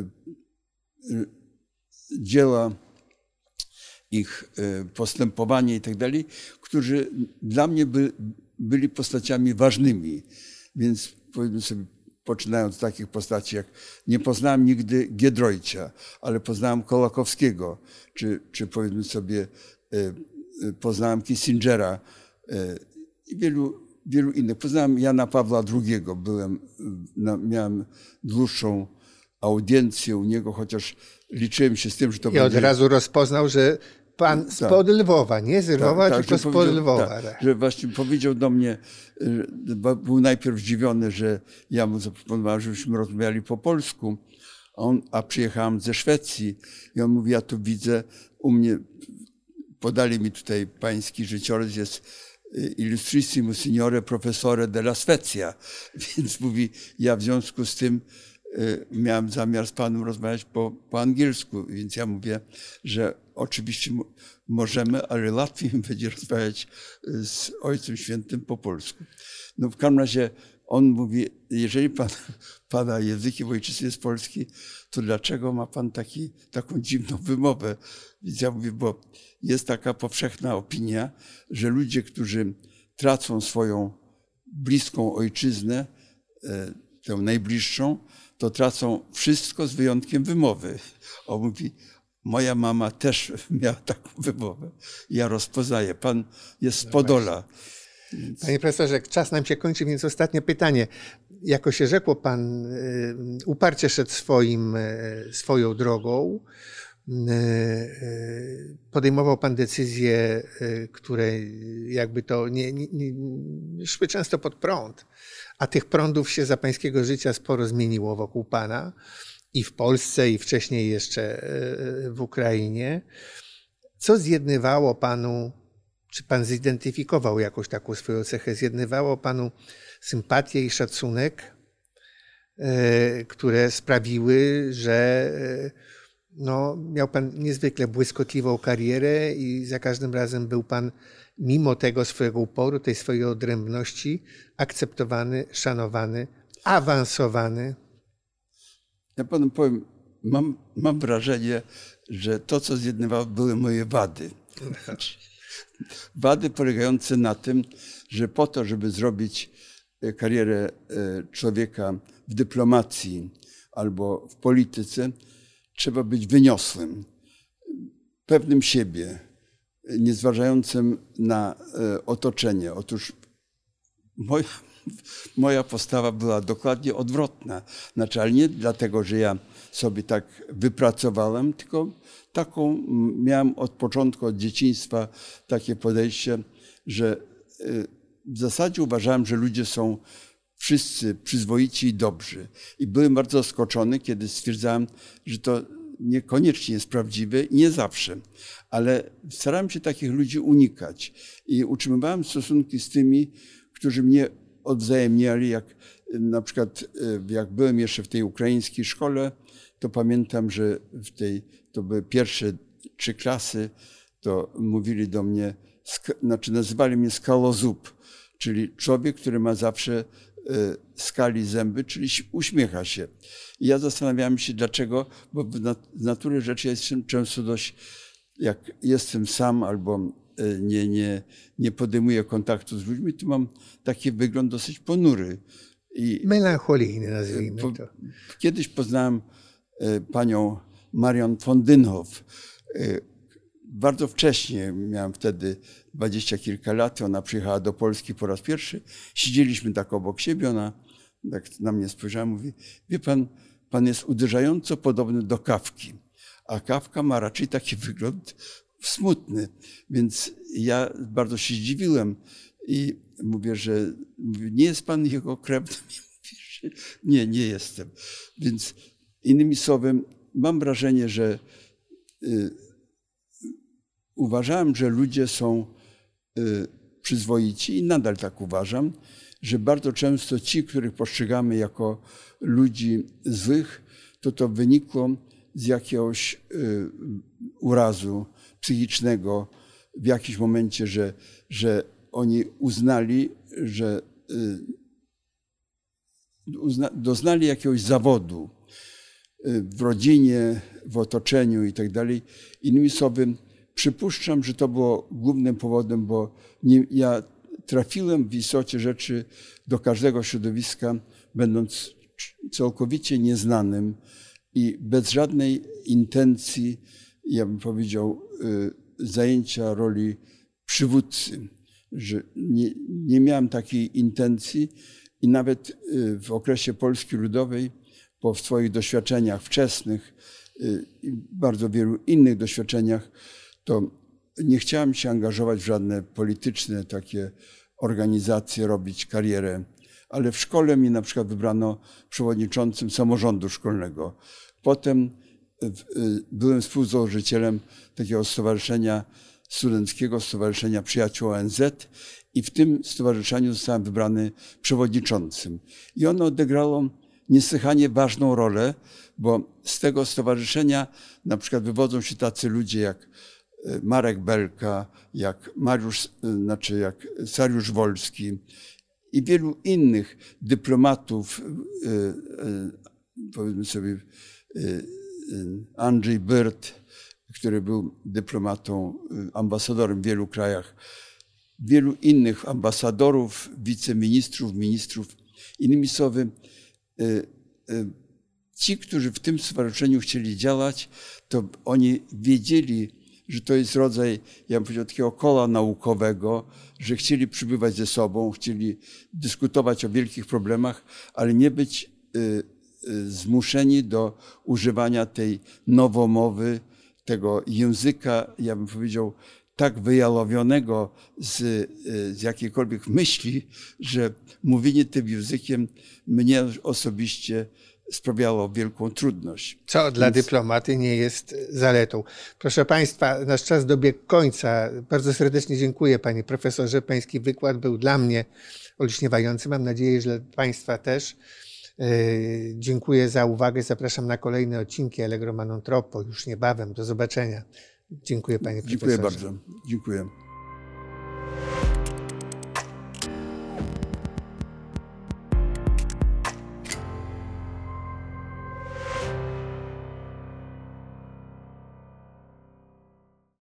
dzieła, ich postępowanie i tak dalej, którzy dla mnie byli postaciami ważnymi. Więc powiedzmy sobie, poczynając od takich postaci jak nie poznałem nigdy Giedroycia, ale poznałem Kołakowskiego, czy powiedzmy sobie poznałem Kissingera i wielu innych. Poznałem Jana Pawła II, miałem dłuższą audiencję u niego, chociaż liczyłem się z tym, że to będzie... I od razu rozpoznał, że pan spod Lwowa, nie z Lwowa, tylko spod Lwowa. Tak, że właśnie powiedział do mnie, był najpierw zdziwiony, że ja mu zaproponowałem, żebyśmy rozmawiali po polsku, a przyjechałem ze Szwecji i on mówi, ja tu widzę u mnie podali mi tutaj pański życiorys, jest Illustrissimo Signore Professore della Svezia. Więc mówi, ja w związku z tym miałem zamiar z panem rozmawiać po angielsku, więc ja mówię, że oczywiście możemy, ale łatwiej mi będzie rozmawiać z Ojcem Świętym po polsku. No w każdym razie on mówi, jeżeli pana językiem ojczystym jest polski, to dlaczego ma pan taką dziwną wymowę? Więc ja mówię, bo jest taka powszechna opinia, że ludzie, którzy tracą swoją bliską ojczyznę, tę najbliższą, to tracą wszystko z wyjątkiem wymowy. On mówi, moja mama też miała taką wymowę. Ja rozpoznaję, pan jest z Podola. Panie profesorze, czas nam się kończy, więc ostatnie pytanie. Jako się rzekło, pan uparcie szedł swoją drogą. Podejmował pan decyzje, które jakby to nie szły często pod prąd, a tych prądów się za pańskiego życia sporo zmieniło wokół pana i w Polsce, i wcześniej jeszcze w Ukrainie. Co zjednywało panu, czy pan zidentyfikował jakąś taką swoją cechę, zjednywało panu sympatię i szacunek, które sprawiły, że miał pan niezwykle błyskotliwą karierę i za każdym razem był pan, mimo tego swojego uporu, tej swojej odrębności, akceptowany, szanowany, awansowany. Ja panu powiem, mam wrażenie, że to, co zjednywało, były moje wady. Wady polegające na tym, że po to, żeby zrobić karierę człowieka w dyplomacji albo w polityce, trzeba być wyniosłym, pewnym siebie, nie zważającym na otoczenie. Otóż moja postawa była dokładnie odwrotna. Znaczy, ale nie dlatego, że ja sobie tak wypracowałem, tylko taką miałem od początku, od dzieciństwa takie podejście, że w zasadzie uważałem, że ludzie są wszyscy przyzwoici i dobrzy. I byłem bardzo zaskoczony, kiedy stwierdzałem, że to niekoniecznie jest prawdziwe i nie zawsze. Ale starałem się takich ludzi unikać. I utrzymywałem stosunki z tymi, którzy mnie odwzajemniali. Jak na przykład jak byłem jeszcze w tej ukraińskiej szkole, to pamiętam, że to były pierwsze 3 klasy, to mówili do mnie, nazywali mnie skalozub, czyli człowiek, który ma zawsze skali zęby, czyli uśmiecha się. I ja zastanawiałem się dlaczego, bo z natury rzeczy ja jestem często dość, jak jestem sam albo nie podejmuję kontaktu z ludźmi, to mam taki wygląd dosyć ponury. Melancholijny, nazwijmy to. Kiedyś poznałem panią Marion von Dynhoff. Bardzo wcześnie, miałem wtedy 20 kilka lat, ona przyjechała do Polski po raz pierwszy. Siedzieliśmy tak obok siebie, ona tak na mnie spojrzała, mówi, wie pan, pan jest uderzająco podobny do Kafki, a Kafka ma raczej taki wygląd smutny, więc ja bardzo się zdziwiłem i mówię, że nie jest pan jego krewnym? Nie, nie jestem. Więc innymi słowy, mam wrażenie, że uważałem, że ludzie są przyzwoici i nadal tak uważam, że bardzo często ci, których postrzegamy jako ludzi złych, to wynikło z jakiegoś urazu psychicznego w jakimś momencie, że oni uznali, że doznali jakiegoś zawodu w rodzinie, w otoczeniu i tak dalej. Innymi słowy, przypuszczam, że to było głównym powodem, bo ja trafiłem w istocie rzeczy do każdego środowiska, będąc całkowicie nieznanym i bez żadnej intencji, ja bym powiedział, zajęcia roli przywódcy. Że nie miałem takiej intencji i nawet w okresie Polski Ludowej, po swoich doświadczeniach wczesnych i bardzo wielu innych doświadczeniach, to nie chciałem się angażować w żadne polityczne takie organizacje, robić karierę. Ale w szkole mnie na przykład wybrano przewodniczącym samorządu szkolnego. Potem byłem współzałożycielem takiego stowarzyszenia Studenckiego Stowarzyszenia Przyjaciół ONZ i w tym stowarzyszeniu zostałem wybrany przewodniczącym. I ono odegrało niesłychanie ważną rolę, bo z tego stowarzyszenia na przykład wywodzą się tacy ludzie jak Marek Belka, jak jak Sariusz Wolski i wielu innych dyplomatów, powiedzmy sobie Andrzej Byrt, który był dyplomatą, ambasadorem w wielu krajach, wielu innych ambasadorów, wiceministrów, ministrów. Innymi słowy, ci, którzy w tym stowarzyszeniu chcieli działać, to oni wiedzieli, że to jest rodzaj, ja bym powiedział, takiego koła naukowego, że chcieli przybywać ze sobą, chcieli dyskutować o wielkich problemach, ale nie być zmuszeni do używania tej nowomowy, tego języka, ja bym powiedział, tak wyjalowionego z jakiejkolwiek myśli, że mówienie tym językiem mnie osobiście sprawiało wielką trudność. Co dla dyplomaty nie jest zaletą. Proszę Państwa, nasz czas dobiegł końca. Bardzo serdecznie dziękuję Panie Profesorze. Pański wykład był dla mnie olśniewający. Mam nadzieję, że dla Państwa też. Dziękuję za uwagę. Zapraszam na kolejne odcinki Allegro ma non troppo już niebawem. Do zobaczenia. Dziękuję Panie Profesorze. Dziękuję bardzo. Dziękuję.